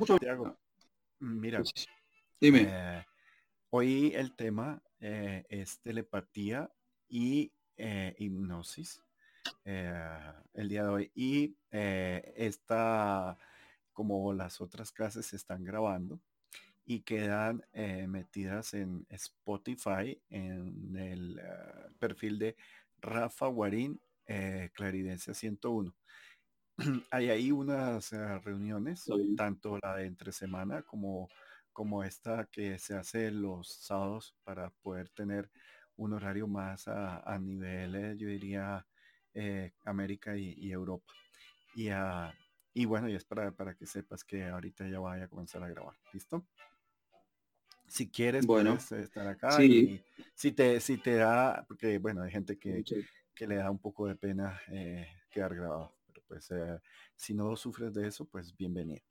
Santiago, mira, Pues, dime. eh, hoy el tema es telepatía y hipnosis el día de hoy. Y esta, como las otras clases se están grabando y quedan metidas en Spotify, en el perfil de Rafa Guarín, Claridencia 101. Hay ahí unas reuniones, Está bien. tanto la de entre semana como esta que se hace los sábados para poder tener un horario más a nivel, yo diría, América y Europa. Y, y bueno, y es para que sepas que ahorita ya vaya a comenzar a grabar. ¿Listo? Si quieres, Bueno, puedes estar acá sí. y si te da, porque bueno, hay gente que le da un poco de pena quedar grabado, pero pues si no sufres de eso, pues bienvenido.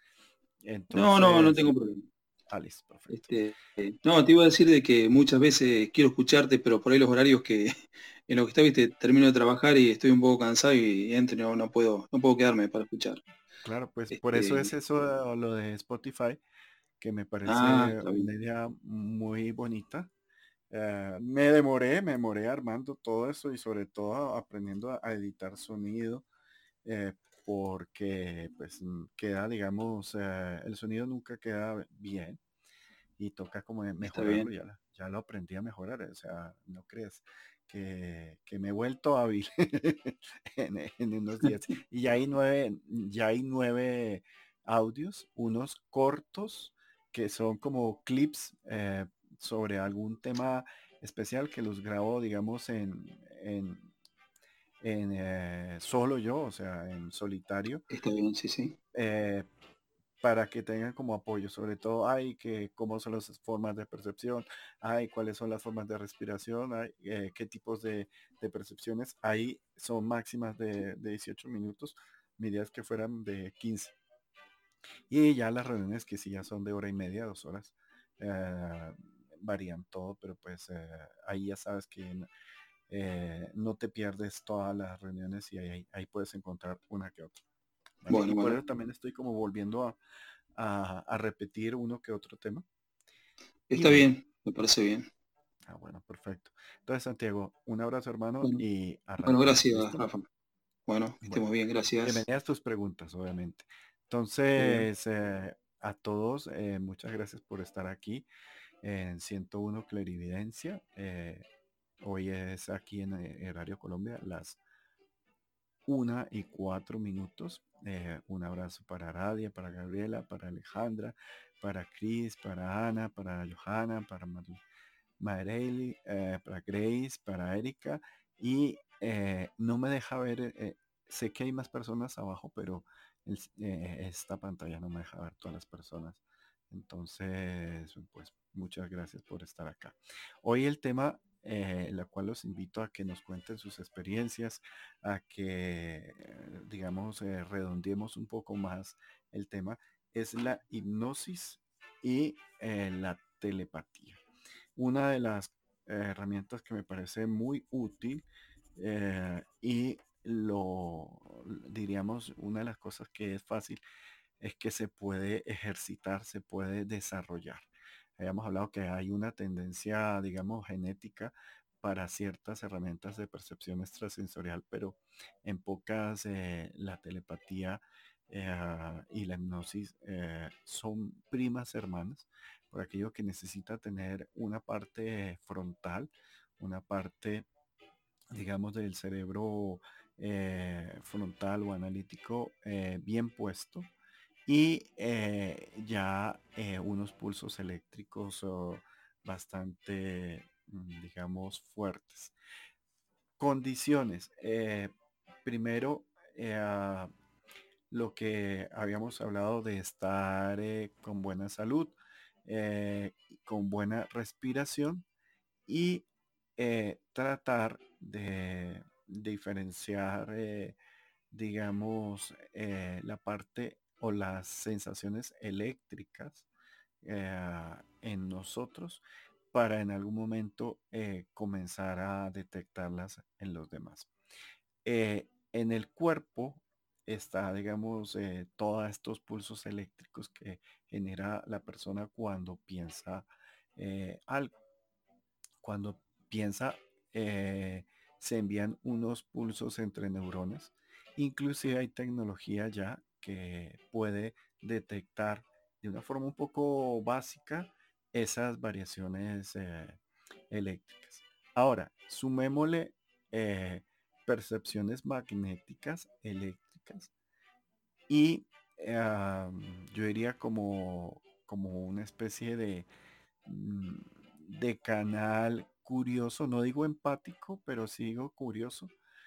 No Entonces, tengo problema. Alice, perfecto. No, te iba a decir de que muchas veces quiero escucharte, pero por ahí los horarios que en los que está, viste, termino de trabajar y estoy un poco cansado y entro, no puedo quedarme para escuchar. Claro, pues por eso es Este, eso lo de Spotify, que me parece está una bien. idea muy bonita. Me demoré armando todo eso y sobre todo aprendiendo a editar sonido, eh, porque pues queda, digamos, el sonido nunca queda bien y toca como Está mejorarlo, bien. ya lo aprendí a mejorar, o sea, no crees que me he vuelto hábil en unos días. Y ya hay nueve audios, unos cortos que son como clips sobre algún tema especial que los grabo, digamos, en solo yo, o sea, en solitario, Está bien, sí, sí. eh, para que tengan como apoyo, sobre todo, hay que cómo son las formas de percepción, hay cuáles son las formas de respiración, hay qué tipos de percepciones, ahí son máximas de 18 minutos, mi idea es que fueran de 15. Y ya las reuniones que sí ya son de hora y media, 2 horas, eh, varían todo, pero pues ahí ya sabes que no te pierdes todas las reuniones y ahí puedes encontrar una que otra. ¿Vale? Bueno, Y por bueno. eso también estoy como volviendo a repetir uno que otro tema. Y Está bueno, bien, me parece bien. bueno, perfecto. Entonces, Santiago, un abrazo hermano Bueno, y bueno, arranquemos, gracias, ¿listo? Rafa. Bueno, que Bueno, estemos bien, gracias. bienvenidas tus preguntas, obviamente. Muy bien. Entonces, a todos, muchas gracias por estar aquí en 101 Clarividencia. Hoy es aquí en Horario Colombia, las 1:04. Un abrazo para Aradia, para Gabriela, para Alejandra, para Cris, para Ana, para Johanna, para Mareili, para Grace, para Erika. Y no me deja ver, sé que hay más personas abajo, pero esta pantalla no me deja ver todas las personas. Entonces, pues muchas gracias por estar acá. Hoy el tema, la cual los invito a que nos cuenten sus experiencias, a que, digamos, redondeemos un poco más el tema, es la hipnosis y la telepatía. Una de las herramientas que me parece muy útil y diríamos, una de las cosas que es fácil es que se puede ejercitar, se puede desarrollar. Habíamos hablado que hay una tendencia, digamos, genética para ciertas herramientas de percepción extrasensorial, pero en pocas la telepatía y la hipnosis son primas hermanas, por aquello que necesita tener una parte frontal, una parte, digamos, del cerebro frontal o analítico bien puesto y ya unos pulsos eléctricos bastante, digamos, fuertes. Condiciones. Primero, eh, lo que habíamos hablado de estar con buena salud, con buena respiración y tratar de diferenciar, digamos, la parte o las sensaciones eléctricas en nosotros para en algún momento comenzar a detectarlas en los demás. En el cuerpo está, digamos, todos estos pulsos eléctricos que genera la persona cuando piensa algo. Cuando piensa, eh, se envían unos pulsos entre neuronas. Inclusive hay tecnología ya que puede detectar de una forma un poco básica esas variaciones eléctricas. Ahora, sumémosle eh, percepciones magnéticas eléctricas y yo diría como una especie mm, de canal curioso, no digo empático, pero sí digo curioso.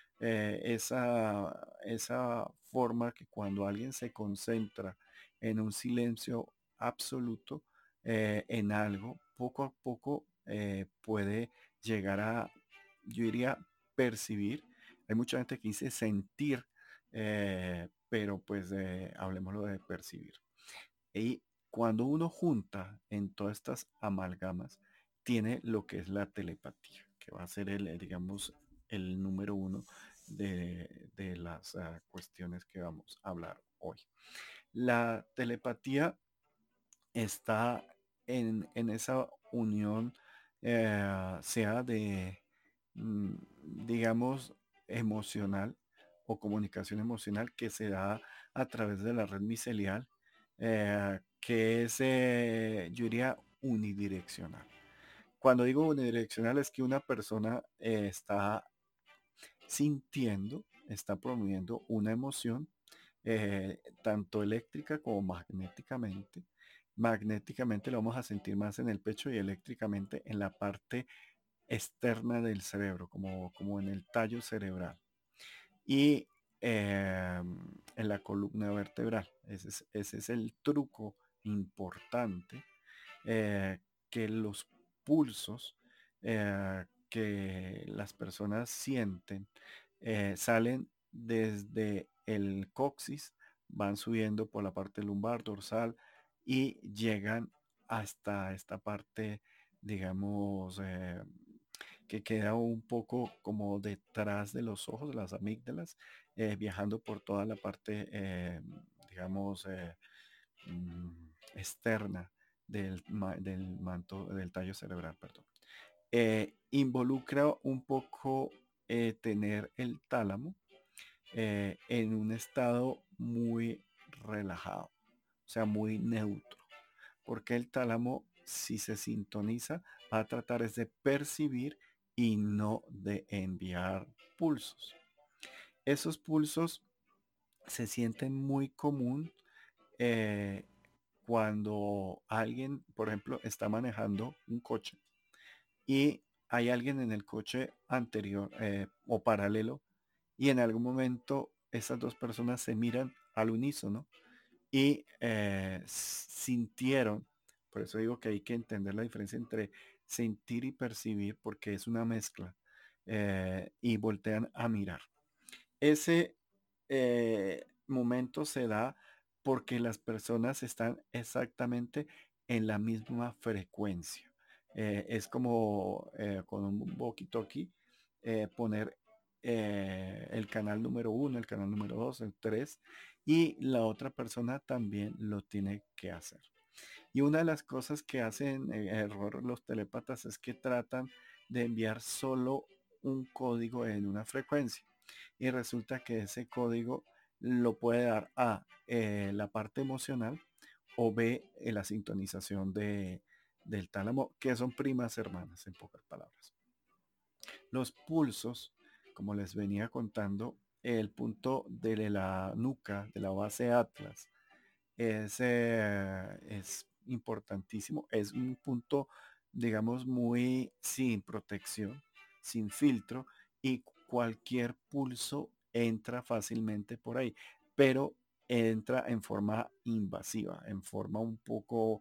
Esa forma que cuando alguien se concentra en un silencio absoluto, en algo, poco a poco puede llegar a, yo diría, percibir. Hay mucha gente que dice sentir, pero pues hablemoslo de percibir. Y cuando uno junta en todas estas amalgamas, tiene lo que es la telepatía, que va a ser digamos, el número uno de las cuestiones que vamos a hablar hoy. La telepatía está en esa unión, sea mm, digamos, emocional o comunicación emocional que se da a través de la red micelial, que es, yo diría, unidireccional. Cuando digo unidireccional es que una persona está sintiendo, está promoviendo una emoción, tanto eléctrica como magnéticamente. Magnéticamente lo vamos a sentir más en el pecho y eléctricamente en la parte externa del cerebro, como en el tallo cerebral. Y en la columna vertebral. Ese es el truco importante, que los pulsos que las personas sienten salen desde el coxis, van subiendo por la parte lumbar, dorsal y llegan hasta esta parte, digamos, que queda un poco como detrás de los ojos, las amígdalas, viajando por toda la parte, digamos, externa del manto, del tallo cerebral, perdón. Involucra un poco tener el tálamo en un estado muy relajado, o sea, muy neutro, porque el tálamo, si se sintoniza, va a tratar es de percibir y no de enviar pulsos. Esos pulsos se sienten muy común eh, cuando alguien, por ejemplo, está manejando un coche y hay alguien en el coche anterior o paralelo y en algún momento esas dos personas se miran al unísono y sintieron, por eso digo que hay que entender la diferencia entre sentir y percibir porque es una mezcla, y voltean a mirar. Ese momento se da porque las personas están exactamente en la misma frecuencia. Es como con un walkie-talkie poner el canal número uno, el canal número dos, el tres, y la otra persona también lo tiene que hacer. Y una de las cosas que hacen error los telépatas es que tratan de enviar solo un código en una frecuencia y resulta que ese código lo puede dar A, la parte emocional, o B, la sintonización del tálamo, que son primas hermanas, en pocas palabras. Los pulsos, como les venía contando, el punto de la nuca, de la base Atlas, es importantísimo. Es un punto, digamos, muy sin protección, sin filtro, y cualquier pulso entra fácilmente por ahí, pero entra en forma invasiva, en forma un poco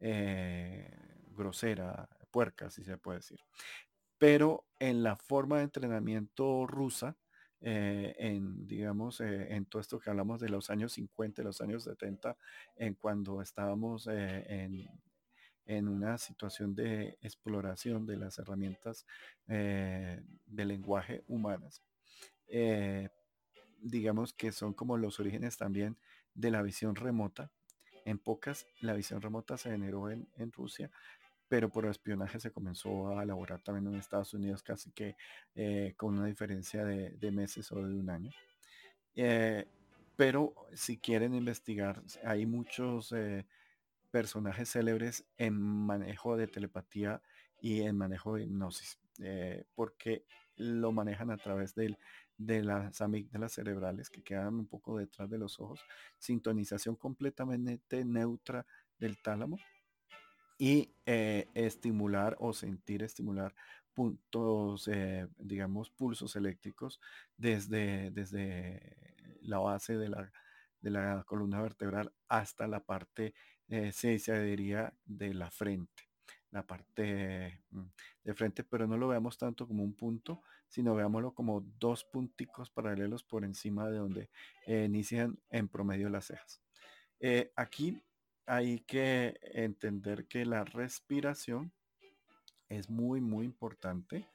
grosera, puerca, si se puede decir. Pero en la forma de entrenamiento rusa, digamos, en todo esto que hablamos de los años 50, de los años 70, en cuando estábamos en una situación de exploración de las herramientas de lenguaje humanas, eh, digamos que son como los orígenes también de la visión remota. En pocas, la visión remota se generó en Rusia, pero por espionaje se comenzó a elaborar también en Estados Unidos, casi que con una diferencia de meses o de un año. Eh, pero si quieren investigar, hay muchos personajes célebres en manejo de telepatía y en manejo de hipnosis, porque lo manejan a través de las amígdalas cerebrales que quedan un poco detrás de los ojos, sintonización completamente neutra del tálamo y estimular o sentir estimular puntos, digamos, pulsos eléctricos desde la base de la columna vertebral hasta la parte, se diría, de la frente, la parte de frente, pero no lo veamos tanto como un punto, sino veámoslo como dos punticos paralelos por encima de donde inician en promedio las cejas. Aquí hay que entender que la respiración es muy, muy importante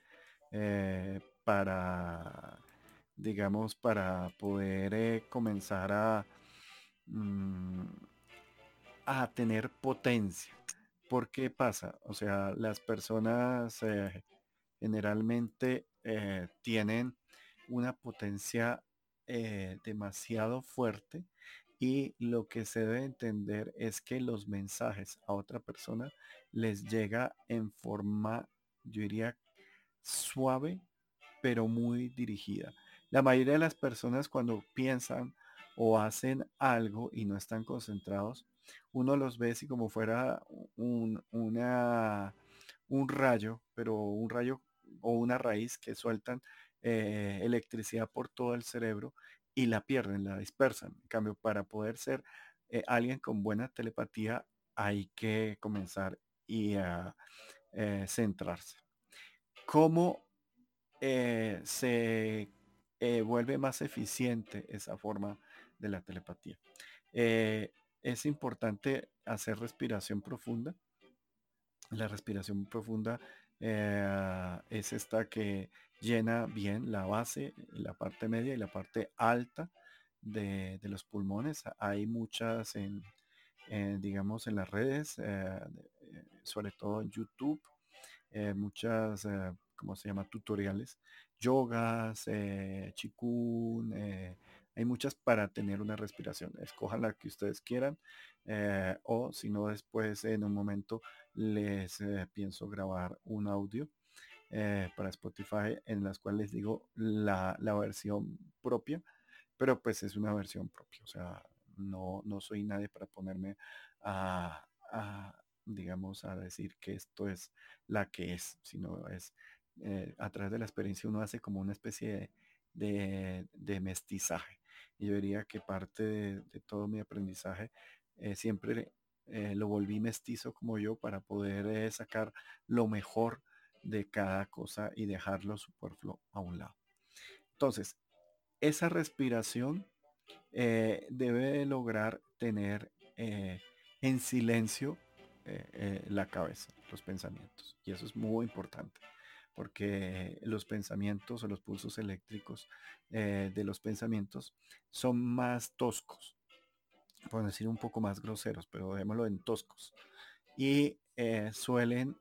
para, digamos, para poder comenzar mm, a tener potencia. ¿Por qué pasa? O sea, las personas generalmente tienen una potencia demasiado fuerte y lo que se debe entender es que los mensajes a otra persona les llega en forma, yo diría, suave, pero muy dirigida. La mayoría de las personas cuando piensan o hacen algo y no están concentrados, uno los ve así como fuera un rayo, pero un rayo o una raíz que sueltan electricidad por todo el cerebro y la pierden, la dispersan. En cambio, para poder ser alguien con buena telepatía, hay que comenzar y a centrarse. ¿Cómo se vuelve más eficiente esa forma de la telepatía? Eh, es importante hacer respiración profunda. La respiración profunda es esta que llena bien la base, la parte media y la parte alta de los pulmones. Hay muchas digamos, en las redes, sobre todo en YouTube, muchas, ¿cómo se llama? Tutoriales, yogas, chikun, hay muchas para tener una respiración. Escojan la que ustedes quieran o si no después en un momento les pienso grabar un audio para Spotify en las cuales les digo la versión propia, pero pues es una versión propia, o sea, no soy nadie para ponerme a, digamos, a decir que esto es la que es, sino es a través de la experiencia uno hace como una especie de mestizaje. Y yo diría que parte de todo mi aprendizaje siempre lo volví mestizo como yo para poder sacar lo mejor de cada cosa y dejar lo superfluo a un lado. Entonces, esa respiración debe lograr tener en silencio la cabeza, los pensamientos. Y eso es muy importante, porque los pensamientos o los pulsos eléctricos de los pensamientos son más toscos, por decir un poco más groseros, pero démoslo en toscos. Y suelen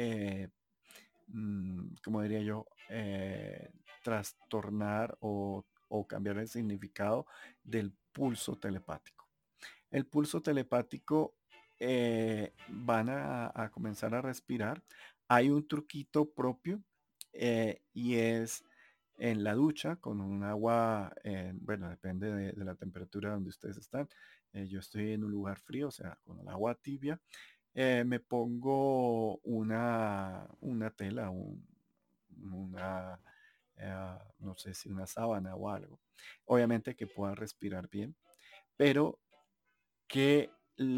como diría yo, trastornar o cambiar el significado del pulso telepático. El pulso telepático van a comenzar a respirar. Hay un truquito propio y es en la ducha con un agua, bueno, depende de la temperatura donde ustedes están. Yo estoy en un lugar frío, o sea, con el agua tibia me pongo una tela, una, no sé si una sábana o algo. Obviamente que pueda respirar bien, pero que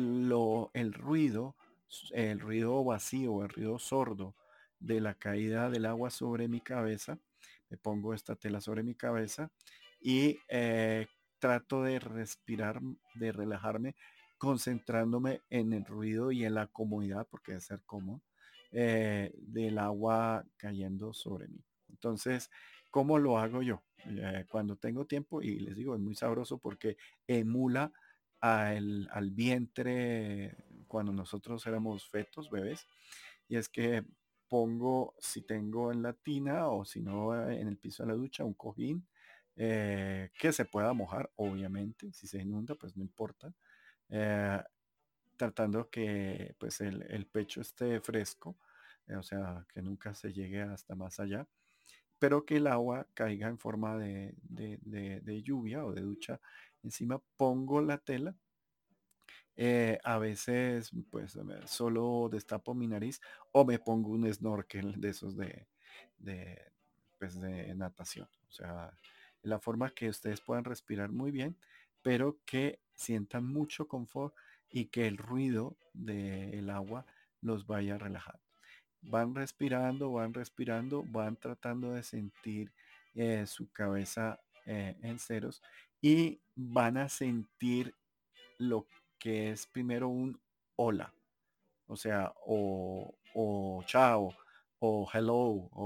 el ruido vacío, el ruido sordo de la caída del agua sobre mi cabeza, me pongo esta tela sobre mi cabeza y trato de respirar, de relajarme, concentrándome en el ruido y en la comodidad, porque debe ser cómodo, del agua cayendo sobre mí. Entonces, ¿Cómo lo hago yo? Cuando tengo tiempo, y les digo, es muy sabroso porque emula al vientre cuando nosotros éramos fetos, bebés, y es que pongo, si tengo en la tina o si no en el piso de la ducha, un cojín que se pueda mojar, obviamente, si se inunda, pues no importa, eh, tratando que pues el pecho esté fresco, o sea, que nunca se llegue hasta más allá, pero que el agua caiga en forma de lluvia o de ducha. Encima pongo la tela. A veces, pues, solo destapo mi nariz o me pongo un snorkel de esos de, pues, de natación. O sea, la forma que ustedes puedan respirar muy bien, pero que sientan mucho confort y que el ruido del agua los vaya relajando. Van respirando, van tratando de sentir su cabeza en ceros y van a sentir lo que es primero un hola, o sea, o chao, o hello,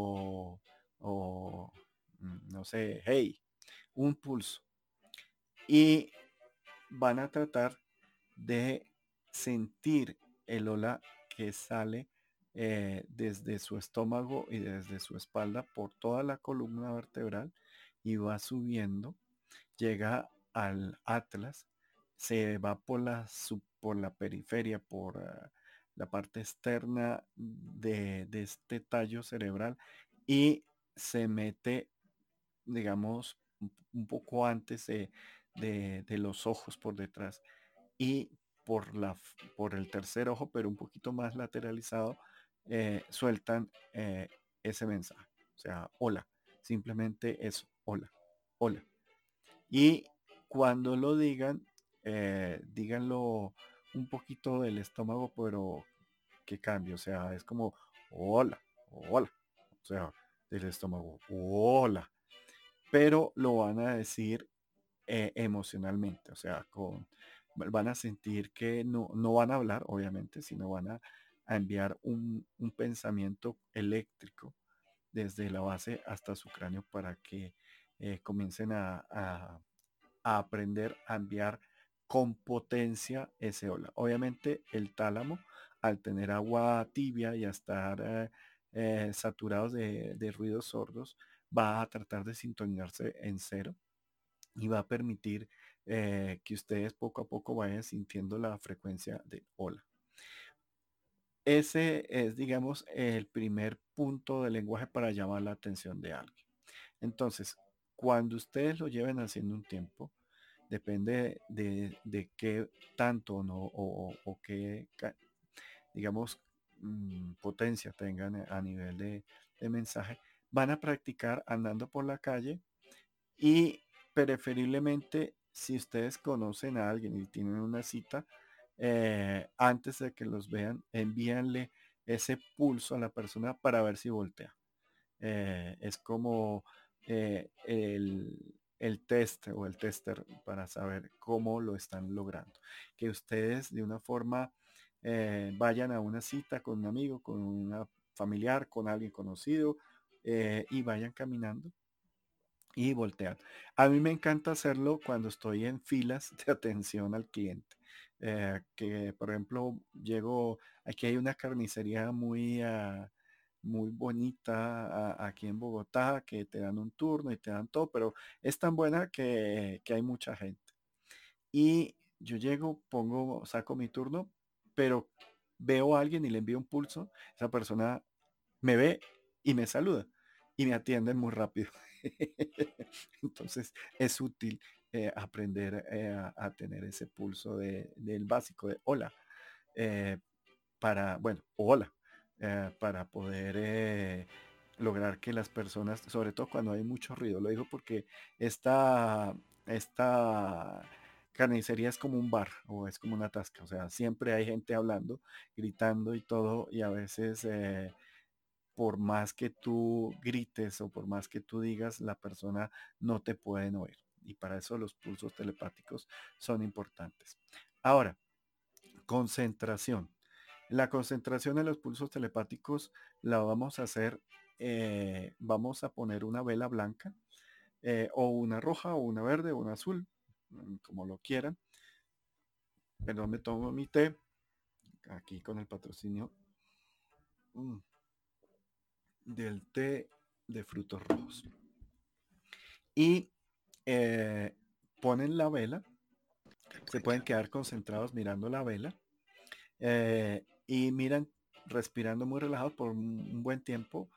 o no sé, hey, un pulso. Y van a tratar de sentir el hola que sale desde su estómago y desde su espalda por toda la columna vertebral y va subiendo, llega al Atlas, se va por la periferia, por la parte externa de este tallo cerebral y se mete, digamos, un poco antes de los ojos por detrás y por el tercer ojo, pero un poquito más lateralizado, sueltan ese mensaje. O sea, hola, simplemente eso, hola, hola. Y cuando lo digan, díganlo un poquito del estómago, pero que cambie. O sea, es como hola, hola. O sea, del estómago, hola. Pero lo van a decir emocionalmente. O sea, van a sentir que no van a hablar, obviamente, sino van a enviar un pensamiento eléctrico desde la base hasta su cráneo para que comiencen a aprender a enviar con potencia ese hola. Obviamente el tálamo, al tener agua tibia y a estar saturados de ruidos sordos, va a tratar de sintonizarse en cero y va a permitir que ustedes poco a poco vayan sintiendo la frecuencia de hola. Ese es, digamos, el primer punto del lenguaje para llamar la atención de alguien. Entonces, cuando ustedes lo lleven haciendo un tiempo, depende de qué tanto no, o qué, digamos, potencia tengan a nivel de mensaje, van a practicar andando por la calle y preferiblemente si ustedes conocen a alguien y tienen una cita, antes de que los vean, envíanle ese pulso a la persona para ver si voltea. Es como el test o el tester para saber cómo lo están logrando. Que ustedes de una forma vayan a una cita con un amigo, con una familiar, con alguien conocido y vayan caminando y voltean. A mí me encanta hacerlo cuando estoy en filas de atención al cliente. Que por ejemplo llego, aquí hay una carnicería muy bonita aquí en Bogotá, que te dan un turno y te dan todo, pero es tan buena que hay mucha gente. Y yo llego, saco mi turno, pero veo a alguien y le envío un pulso, esa persona me ve y me saluda y me atienden muy rápido. Entonces es útil aprender a tener ese pulso del básico de hola, eh, bueno, hola, para poder lograr que las personas, sobre todo cuando hay mucho ruido, lo digo porque esta carnicería es como un bar o es como una tasca, o sea, siempre hay gente hablando, gritando y todo, y a veces por más que tú grites o por más que tú digas, la persona no te pueden oír. Y para eso los pulsos telepáticos son importantes. Ahora, concentración. La concentración en los pulsos telepáticos la vamos a hacer vamos a poner una vela blanca, o una roja, o una verde, o una azul, como lo quieran. Pero me tomo mi té, aquí con el patrocinio mm, del té de frutos rojos. Y eh, ponen la vela, se pueden quedar concentrados mirando la vela, y miran respirando muy relajados por un buen tiempo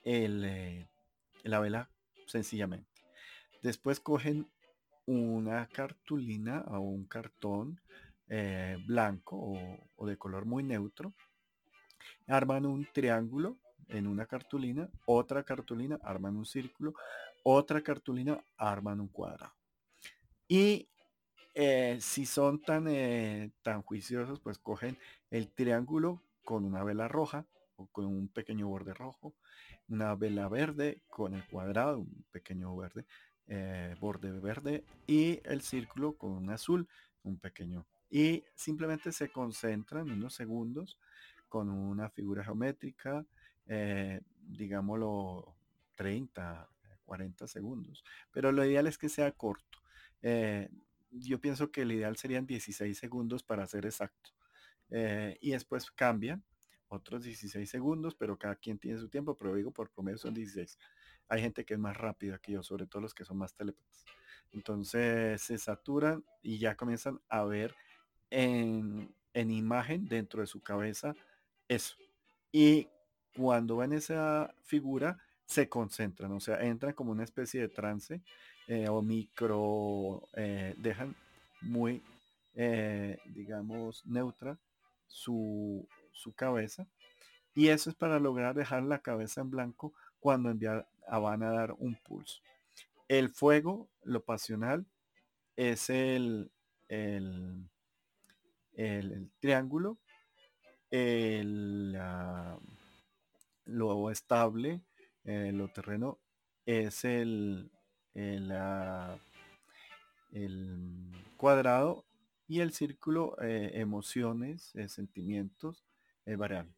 la vela sencillamente. Después cogen una cartulina o un cartón blanco o de color muy neutro, arman un triángulo en una cartulina, otra cartulina, arman un círculo, otra cartulina, arman un cuadrado. Y si son tan juiciosos, pues cogen el triángulo con una vela roja o con un pequeño borde rojo, una vela verde con el cuadrado, un pequeño verde, borde verde, y el círculo con un azul, un pequeño. Y simplemente se concentran unos segundos con una figura geométrica, digámoslo 30, 40 segundos. Pero lo ideal es que sea corto. Eh, yo pienso que el ideal serían 16 segundos para ser exacto. Y después cambian otros 16 segundos, pero cada quien tiene su tiempo, pero digo por promedio son 16. Hay gente que es más rápida que yo, sobre todo los que son más telépatas. Entonces se saturan y ya comienzan a ver en imagen dentro de su cabeza eso. Y cuando ven esa figura, se concentran, o sea, entran como una especie de trance, o micro, dejan muy, digamos, neutra su cabeza. Y eso es para lograr dejar la cabeza en blanco cuando van a dar un pulso. El fuego, lo pasional, es el, el triángulo, el, lo estable, lo terreno, es el, ah, el cuadrado, y el círculo, emociones, sentimientos, variable.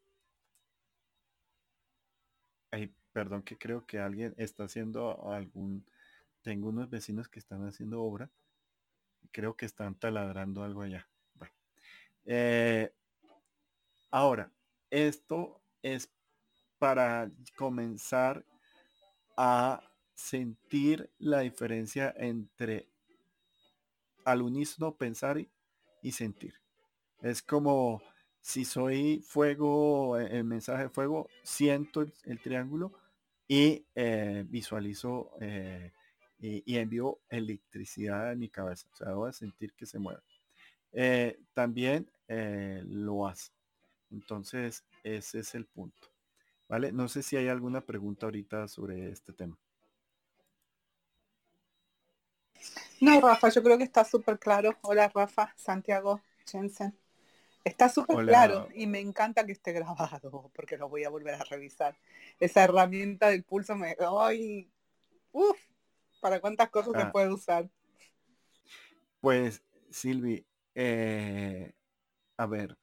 Ay, perdón, que creo que alguien está haciendo tengo unos vecinos que están haciendo obra, creo que están taladrando algo allá. Bueno, eh, ahora, esto es para comenzar a sentir la diferencia entre al unísono pensar y sentir. Es como si soy fuego, el mensaje de fuego, siento el triángulo y visualizo, y envío electricidad en mi cabeza. O sea, voy a sentir que se mueve. También lo hace. Entonces, ese es el punto. ¿Vale? No sé si hay alguna pregunta ahorita sobre este tema. No, Rafa, yo creo que está súper claro. Hola, Rafa, Santiago, Jensen. Está súper claro Hola. y me encanta que esté grabado porque lo voy a volver a revisar. Esa herramienta del pulso me... ¡Ay! ¡Uf! ¿Para cuántas cosas se Ah, puede usar? pues, Silvi, a ver,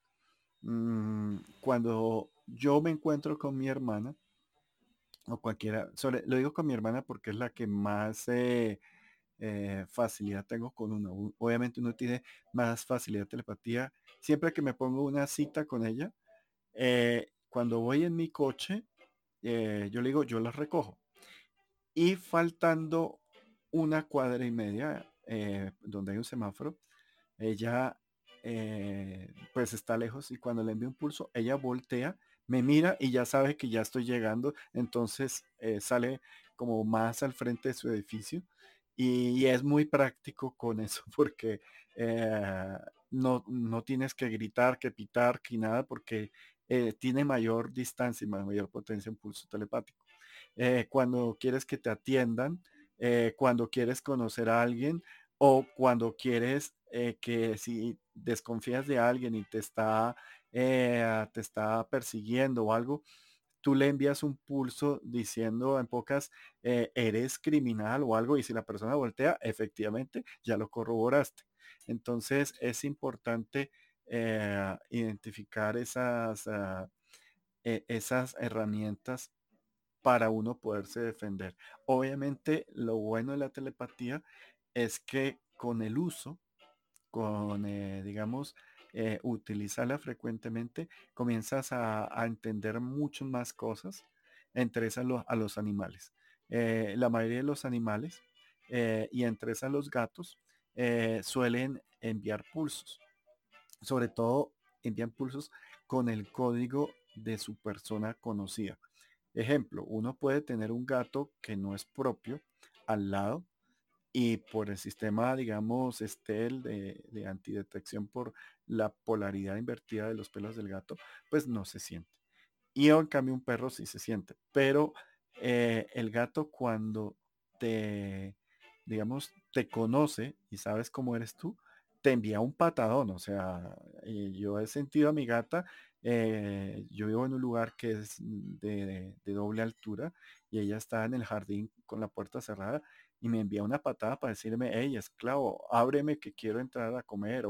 cuando yo me encuentro con mi hermana, o cualquiera, lo digo con mi hermana porque es la que más facilidad tengo con uno. Obviamente uno tiene más facilidad de telepatía. Siempre que me pongo una cita con ella, cuando voy en mi coche, yo le digo, yo la recojo. Y faltando una cuadra y media, donde hay un semáforo, ella, pues está lejos, y cuando le envío un pulso, ella voltea, me mira y ya sabe que ya estoy llegando, entonces sale como más al frente de su edificio, y es muy práctico con eso porque no tienes que gritar, que pitar, que nada, porque tiene mayor distancia y mayor potencia en pulso telepático. Cuando quieres que te atiendan, cuando quieres conocer a alguien, o cuando quieres, que si desconfías de alguien y te está persiguiendo o algo, tú le envías un pulso diciendo en pocas, eres criminal o algo, y si la persona voltea, efectivamente ya lo corroboraste. Entonces es importante identificar esas herramientas para uno poderse defender. Obviamente, lo bueno de la telepatía es que con el uso, con, digamos, utilizarla frecuentemente, comienzas a entender muchas más cosas, entre esas a los animales. La mayoría de los animales, y entre esas los gatos, suelen enviar pulsos. Sobre todo envían pulsos con el código de su persona conocida. Ejemplo, uno puede tener un gato que no es propio al lado y por el sistema, digamos, Estel de antidetección por la polaridad invertida de los pelos del gato, pues no se siente. Y en cambio un perro sí se siente. Pero el gato cuando te, digamos, te conoce y sabes cómo eres tú, te envía un patadón. O sea, yo he sentido a mi gata, yo vivo en un lugar que es de doble altura y ella está en el jardín con la puerta cerrada y me envía una patada para decirme, hey, esclavo, ábreme que quiero entrar a comer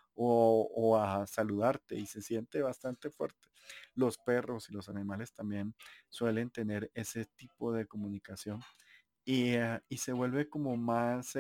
o a saludarte y se siente bastante fuerte. Los perros y los animales también suelen tener ese tipo de comunicación y se vuelve como más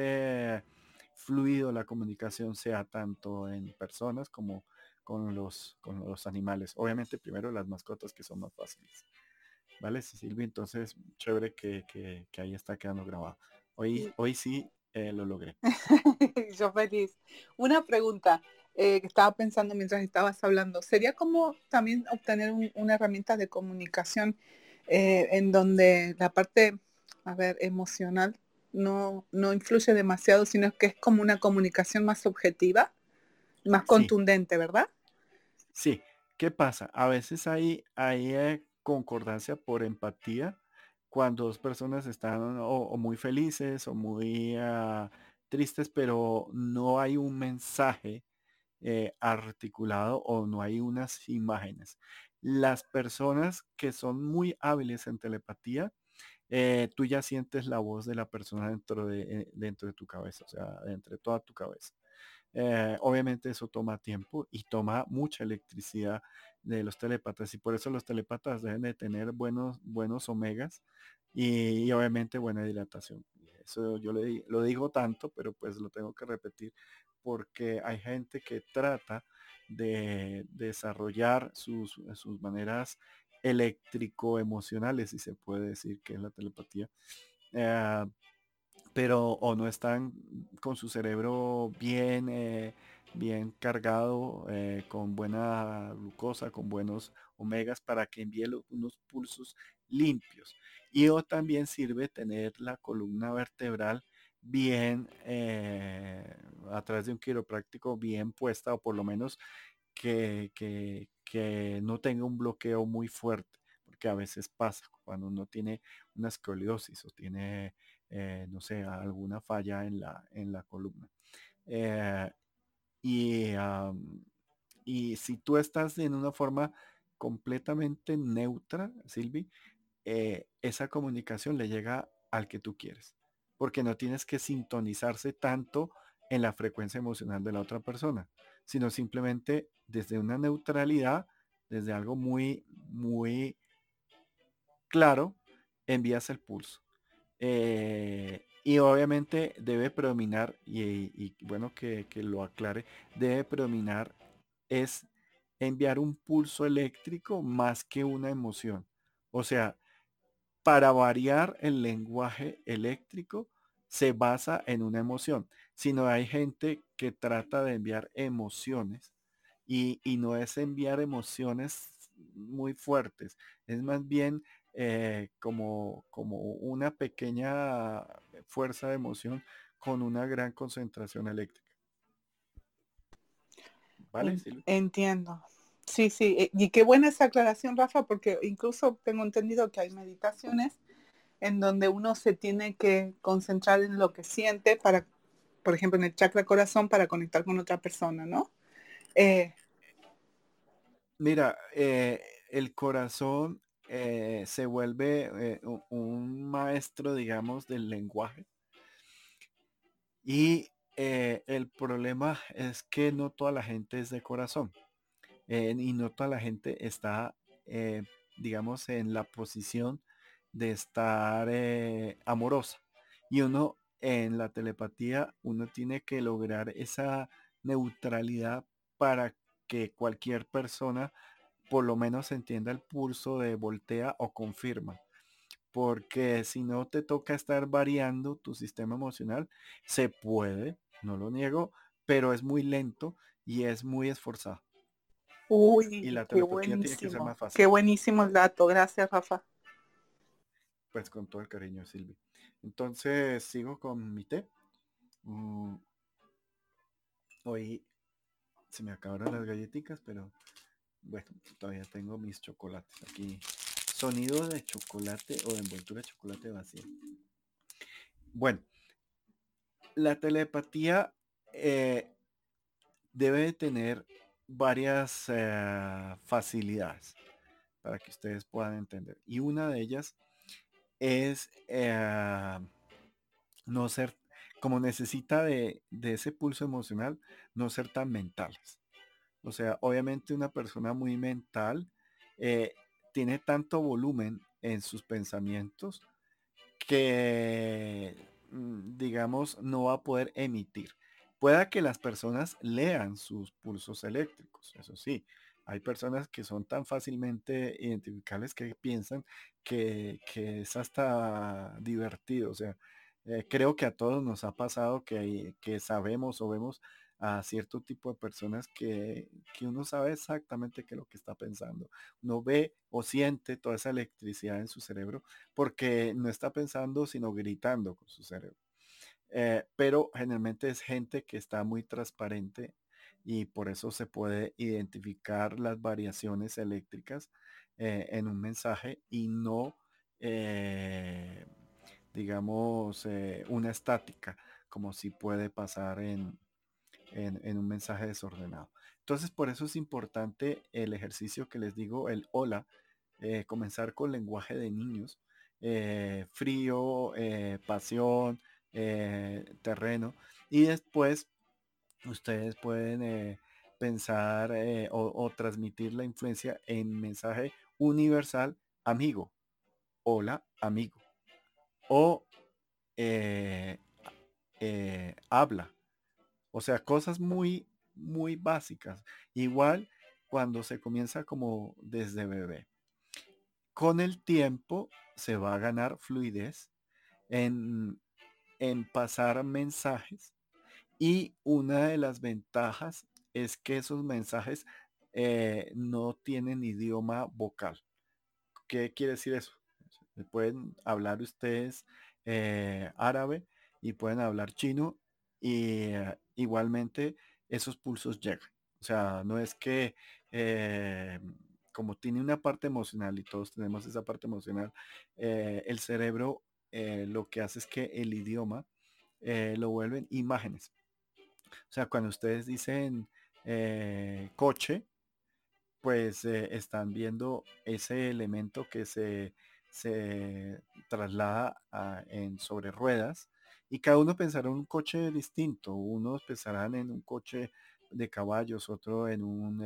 fluido la comunicación, sea tanto en personas como con los animales. Obviamente primero las mascotas que son más fáciles. ¿Vale, Silvia? Entonces, chévere que ahí está quedando grabado. Hoy sí lo logré. Yo feliz. Una pregunta que estaba pensando mientras estabas hablando. ¿Sería como también obtener una herramienta de comunicación en donde la parte, a ver, emocional no influye demasiado, sino que es como una comunicación más objetiva, más Sí, contundente, ¿verdad? sí. ¿Qué pasa? A veces hay concordancia por empatía cuando dos personas están o muy felices o muy tristes, pero no hay un mensaje articulado o no hay unas imágenes. Las personas que son muy hábiles en telepatía, tú ya sientes la voz de la persona dentro de tu cabeza, o sea, entre toda tu cabeza. Obviamente eso toma tiempo y toma mucha electricidad de los telépatas y por eso los telépatas deben de tener buenos omegas y obviamente buena dilatación. Eso yo lo digo tanto, pero pues lo tengo que repetir porque hay gente que trata de desarrollar sus maneras eléctrico-emocionales, si se puede decir que es la telepatía, eh, pero o no están con su cerebro bien cargado, con buena glucosa, con buenos omegas para que envíe unos pulsos limpios. Y o también sirve tener la columna vertebral bien, a través de un quiropráctico bien puesta, o por lo menos que no tenga un bloqueo muy fuerte, porque a veces pasa cuando uno tiene una escoliosis o tiene, no sé, alguna falla en la columna. Eh, y, y si tú estás en una forma completamente neutra, Silvi, esa comunicación le llega al que tú quieres, porque no tienes que sintonizarse tanto en la frecuencia emocional de la otra persona, sino simplemente desde una neutralidad, desde algo muy claro, envías el pulso. Y obviamente debe predominar, y bueno que lo aclare, debe predominar es enviar un pulso eléctrico más que una emoción. O sea, para variar el lenguaje eléctrico se basa en una emoción, sino hay gente que trata de enviar emociones y no es enviar emociones muy fuertes, es más bien como una pequeña fuerza de emoción con una gran concentración eléctrica. ¿Vale, Silvia? Entiendo. Sí, sí. Y qué buena esa aclaración, Rafa, porque incluso tengo entendido que hay meditaciones en donde uno se tiene que concentrar en lo que siente para, por ejemplo, en el chakra corazón para conectar con otra persona, ¿no? Eh, Mira, el corazón se vuelve un maestro, digamos, del lenguaje y el problema es que no toda la gente es de corazón, y no toda la gente está, digamos, en la posición de estar amorosa. Y uno en la telepatía, uno tiene que lograr esa neutralidad para que cualquier persona por lo menos entienda el pulso de voltea o confirma. Porque si no te toca estar variando tu sistema emocional, se puede, no lo niego, pero es muy lento y es muy esforzado. Y Uy, la telepatía tiene que ser más fácil. qué buenísimo el dato. Gracias, Rafa. Pues con todo el cariño, Silvi. Entonces sigo con mi té. Mm, hoy se me acabaron las galletitas, pero bueno, todavía tengo mis chocolates aquí. Sonido de chocolate o de envoltura de chocolate vacío. Bueno, la telepatía debe tener varias facilidades para que ustedes puedan entender. Y una de ellas es no ser, como necesita de ese pulso emocional, no ser tan mentales. O sea, obviamente una persona muy mental eh, tiene tanto volumen en sus pensamientos que, digamos, no va a poder emitir. Pueda que las personas lean sus pulsos eléctricos, eso sí. Hay personas que son tan fácilmente identificables que piensan que es hasta divertido. O sea, creo que a todos nos ha pasado que sabemos o vemos a cierto tipo de personas que uno sabe exactamente qué es lo que está pensando. Uno ve o siente toda esa electricidad en su cerebro porque no está pensando, sino gritando con su cerebro. Pero generalmente es gente que está muy transparente y por eso se puede identificar las variaciones eléctricas en un mensaje y no, eh, digamos, una estática, como si puede pasar en un mensaje desordenado. Entonces, por eso es importante el ejercicio que les digo, el hola, comenzar con lenguaje de niños, frío, pasión, terreno, y después ustedes pueden pensar o transmitir la influencia en mensaje universal, amigo, hola, amigo, o eh, habla. O sea, cosas muy, muy básicas. Igual cuando se comienza como desde bebé. Con el tiempo se va a ganar fluidez en, en pasar mensajes y una de las ventajas es que esos mensajes no tienen idioma vocal. ¿Qué quiere decir eso? Pueden hablar ustedes árabe y pueden hablar chino y igualmente esos pulsos llegan. O sea, no es que como tiene una parte emocional y todos tenemos esa parte emocional, el cerebro lo que hace es que el idioma lo vuelven imágenes. O sea, cuando ustedes dicen coche, pues están viendo ese elemento que se traslada sobre ruedas y cada uno pensará en un coche distinto. Unos pensarán en un coche de caballos, otro en un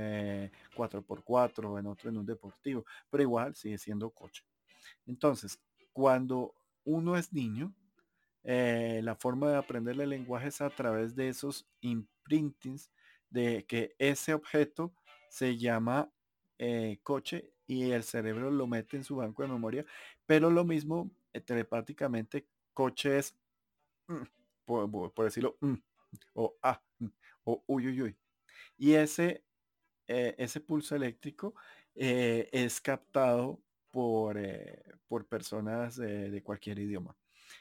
4x4, en otro en un deportivo, pero igual sigue siendo coche. Entonces, cuando uno es niño, la forma de aprender el lenguaje es a través de esos imprintings de que ese objeto se llama coche y el cerebro lo mete en su banco de memoria, pero lo mismo telepáticamente, coche es, mm, por decirlo, o o uy, uy, uy. Y ese pulso eléctrico es captado por personas de cualquier idioma.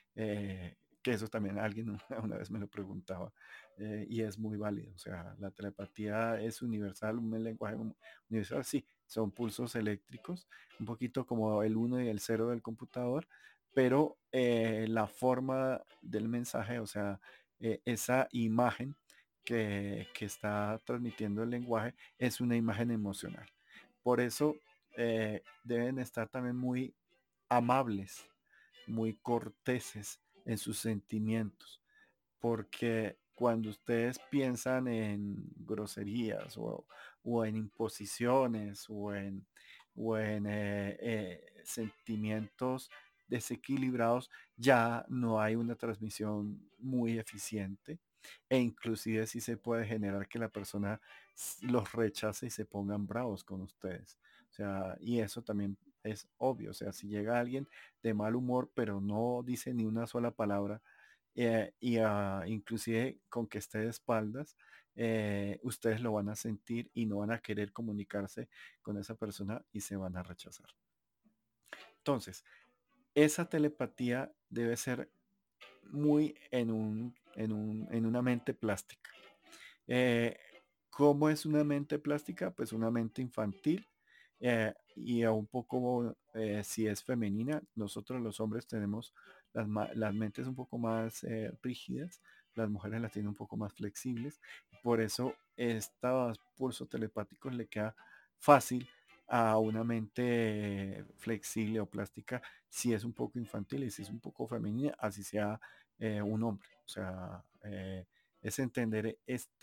Que eso también alguien una vez me lo preguntaba y es muy válido. O sea, la telepatía es universal, un lenguaje universal, sí, son pulsos eléctricos, un poquito como el 1 y el 0 del computador, pero la forma del mensaje, o sea, esa imagen que está transmitiendo el lenguaje es una imagen emocional. Por eso deben estar también muy amables, muy corteses en sus sentimientos, porque cuando ustedes piensan en groserías o en imposiciones o en sentimientos desequilibrados, ya no hay una transmisión muy eficiente e inclusive sí se puede generar que la persona los rechace y se pongan bravos con ustedes. O sea, y eso también es obvio. O sea, si llega alguien de mal humor, pero no dice ni una sola palabra, inclusive con que esté de espaldas, ustedes lo van a sentir y no van a querer comunicarse con esa persona y se van a rechazar. Entonces, esa telepatía debe ser muy en una mente plástica. ¿Cómo es una mente plástica? Pues una mente infantil, y a un poco, si es femenina, nosotros los hombres tenemos las mentes un poco más rígidas, las mujeres las tienen un poco más flexibles. Por eso estos pulsos telepáticos le queda fácil a una mente flexible o plástica si es un poco infantil, y si es un poco femenina, así sea un hombre. O sea, es entender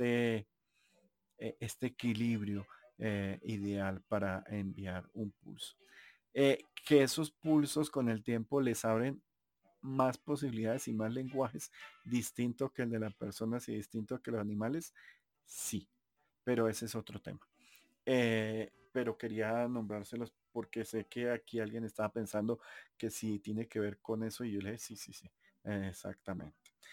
este equilibrio ideal para enviar un pulso. Que esos pulsos con el tiempo les abren más posibilidades y más lenguajes distinto que el de las personas y distinto que los animales, sí, pero ese es otro tema. Pero quería nombrárselos porque sé que aquí alguien estaba pensando que sí tiene que ver con eso, y yo le dije, sí, sí, sí, exactamente.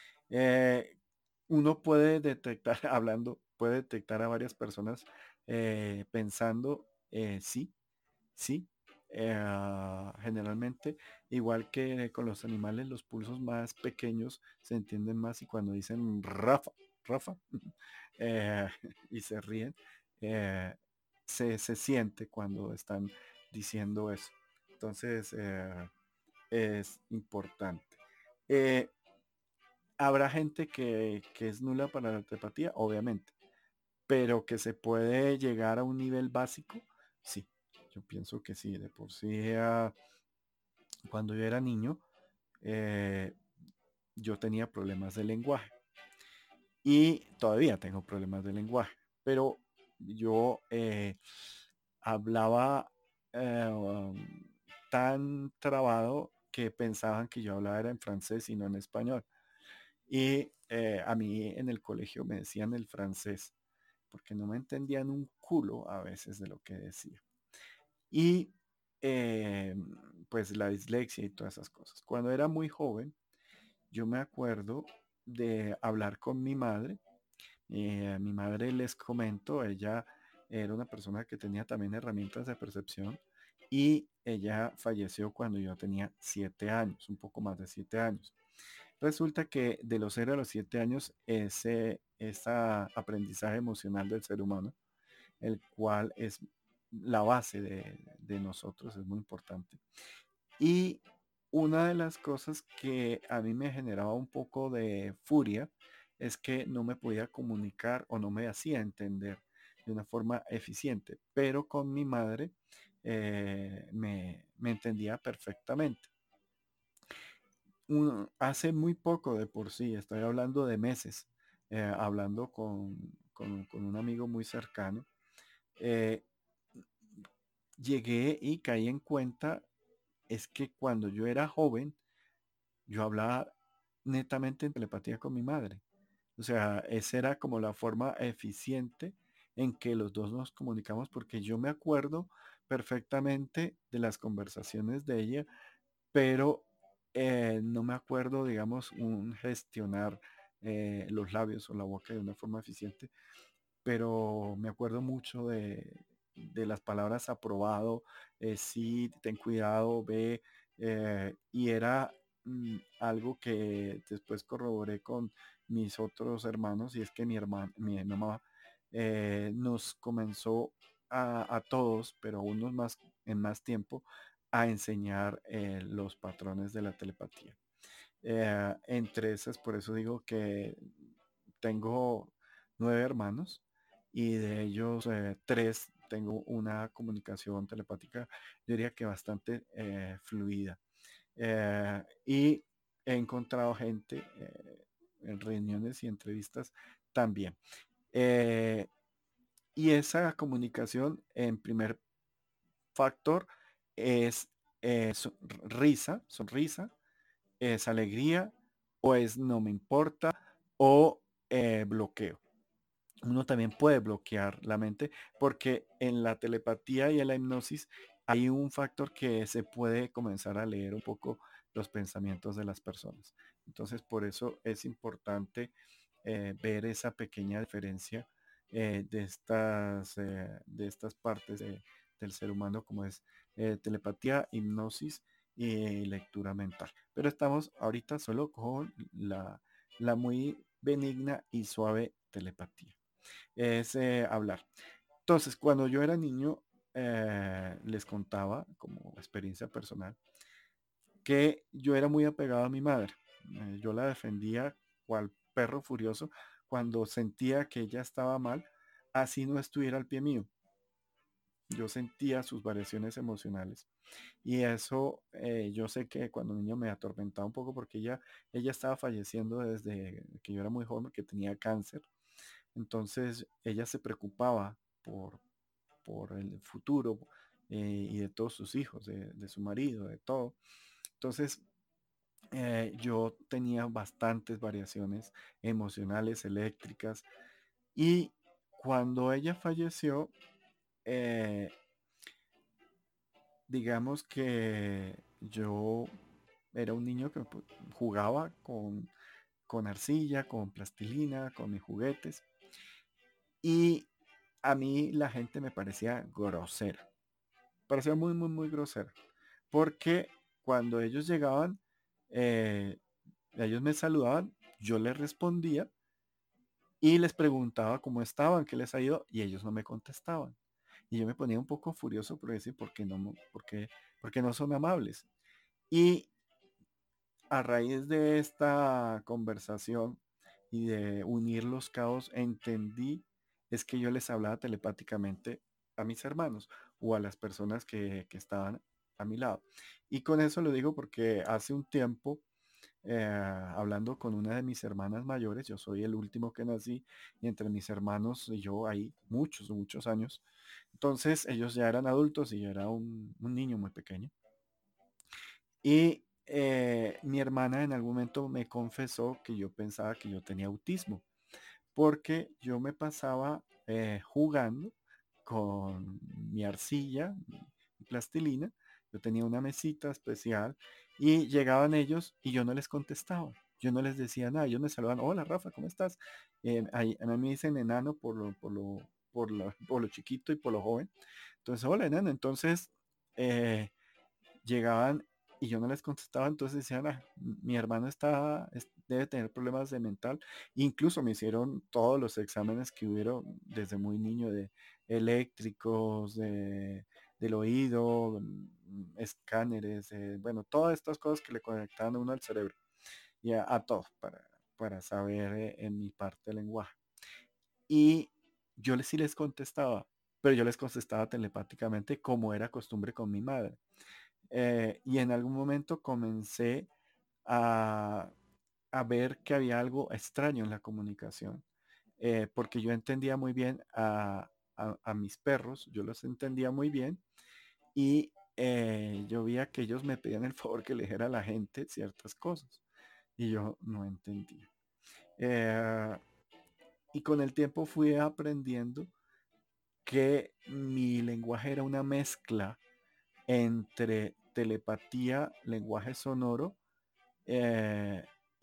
Uno puede detectar, hablando, puede detectar a varias personas pensando, sí, sí. Generalmente, igual que con los animales, los pulsos más pequeños se entienden más, y cuando dicen Rafa, Rafa, eh, y se ríen, eh, se siente cuando están diciendo eso. Entonces, es importante. Eh, Habrá gente que es nula para la telepatía, obviamente, pero que se puede llegar a un nivel básico, sí. Yo pienso que sí. De por sí, cuando yo era niño, eh, yo tenía problemas de lenguaje, y todavía tengo problemas de lenguaje, pero yo hablaba tan trabado que pensaban que yo hablaba era en francés y no en español. Y a mí en el colegio me decían el francés, porque no me entendían un culo a veces de lo que decía. Y eh, pues la dislexia y todas esas cosas. Cuando era muy joven, yo me acuerdo de hablar con mi madre. Mi madre, les comento, ella era una persona que tenía también herramientas de percepción, y ella falleció cuando yo tenía 7 años, un poco más de 7 años. Resulta que de los 0 a los 7 años, ese aprendizaje emocional del ser humano, el cual es la base de nosotros, es muy importante. Y una de las cosas que a mí me generaba un poco de furia es que no me podía comunicar o no me hacía entender de una forma eficiente, pero con mi madre me entendía perfectamente. Hace muy poco, de por sí, estoy hablando de meses, hablando con un amigo muy cercano, eh, llegué y caí en cuenta, es que cuando yo era joven, yo hablaba netamente en telepatía con mi madre. O sea, esa era como la forma eficiente en que los dos nos comunicamos, porque yo me acuerdo perfectamente de las conversaciones de ella, pero no me acuerdo, digamos, un gestionar los labios o la boca de una forma eficiente, pero me acuerdo mucho de las palabras aprobado, sí, ten cuidado, ve, y era algo que después corroboré con mis otros hermanos, y es que mi mamá nos comenzó a todos, pero a unos más en más tiempo, a enseñar los patrones de la telepatía. Entre esas, por eso digo que tengo 9 hermanos, y de ellos 3 tengo una comunicación telepática, yo diría que bastante fluida. Y he encontrado gente en reuniones y entrevistas también. Eh, y esa comunicación, en primer factor, es risa, sonrisa, es alegría, o es no me importa, o bloqueo. Uno también puede bloquear la mente porque en la telepatía y en la hipnosis hay un factor que se puede comenzar a leer un poco los pensamientos de las personas. Entonces, por eso es importante ver esa pequeña diferencia de estas partes del ser humano, como es telepatía, hipnosis y lectura mental. Pero estamos ahorita solo con la muy benigna y suave telepatía. Es hablar. Entonces, cuando yo era niño, les contaba como experiencia personal que yo era muy apegado a mi madre. Yo la defendía cual perro furioso cuando sentía que ella estaba mal, así no estuviera al pie mío. Yo sentía sus variaciones emocionales y eso yo sé que cuando niño me atormentaba un poco porque ella estaba falleciendo desde que yo era muy joven, que tenía cáncer. Entonces ella se preocupaba por el futuro y de todos sus hijos, de su marido, de todo. Entonces yo tenía bastantes variaciones emocionales, eléctricas, y cuando ella falleció, eh, digamos que yo era un niño que jugaba con arcilla, con plastilina, con mis juguetes, y a mí la gente me parecía grosera, parecía muy, muy, muy grosera, porque cuando ellos llegaban, eh, ellos me saludaban, yo les respondía y les preguntaba cómo estaban, qué les ha ido, y ellos no me contestaban. Y yo me ponía un poco furioso por decir, por qué no son amables? Y a raíz de esta conversación y de unir los cabos, entendí es que yo les hablaba telepáticamente a mis hermanos o a las personas que estaban a mi lado. Y con eso lo digo porque hace un tiempo, hablando con una de mis hermanas mayores, yo soy el último que nací y entre mis hermanos y yo hay muchos, muchos años. Entonces ellos ya eran adultos y yo era un niño muy pequeño. Y mi hermana en algún momento me confesó que yo pensaba que yo tenía autismo, porque yo me pasaba jugando con mi arcilla, mi plastilina. Yo tenía una mesita especial y llegaban ellos y yo no les contestaba. Yo no les decía nada. Ellos me saludaban, hola Rafa, ¿cómo estás? A mí me dicen enano por lo chiquito y por lo joven. Entonces, hola enano. Entonces, llegaban y yo no les contestaba, entonces decían, "Ah, mi hermano debe tener problemas de mental". Incluso me hicieron todos los exámenes que hubieron desde muy niño, de eléctricos, del oído, escáneres, bueno, todas estas cosas que le conectaban a uno al cerebro y a todo para saber en mi parte del lenguaje. Y sí les contestaba, pero yo les contestaba telepáticamente como era costumbre con mi madre. Y en algún momento comencé a, a ver que había algo extraño en la comunicación, porque yo entendía muy bien a mis perros, yo los entendía muy bien y yo veía que ellos me pedían el favor que le dijera a la gente ciertas cosas y yo no entendía. Eh, y con el tiempo fui aprendiendo que mi lenguaje era una mezcla entre telepatía, lenguaje sonoro eh,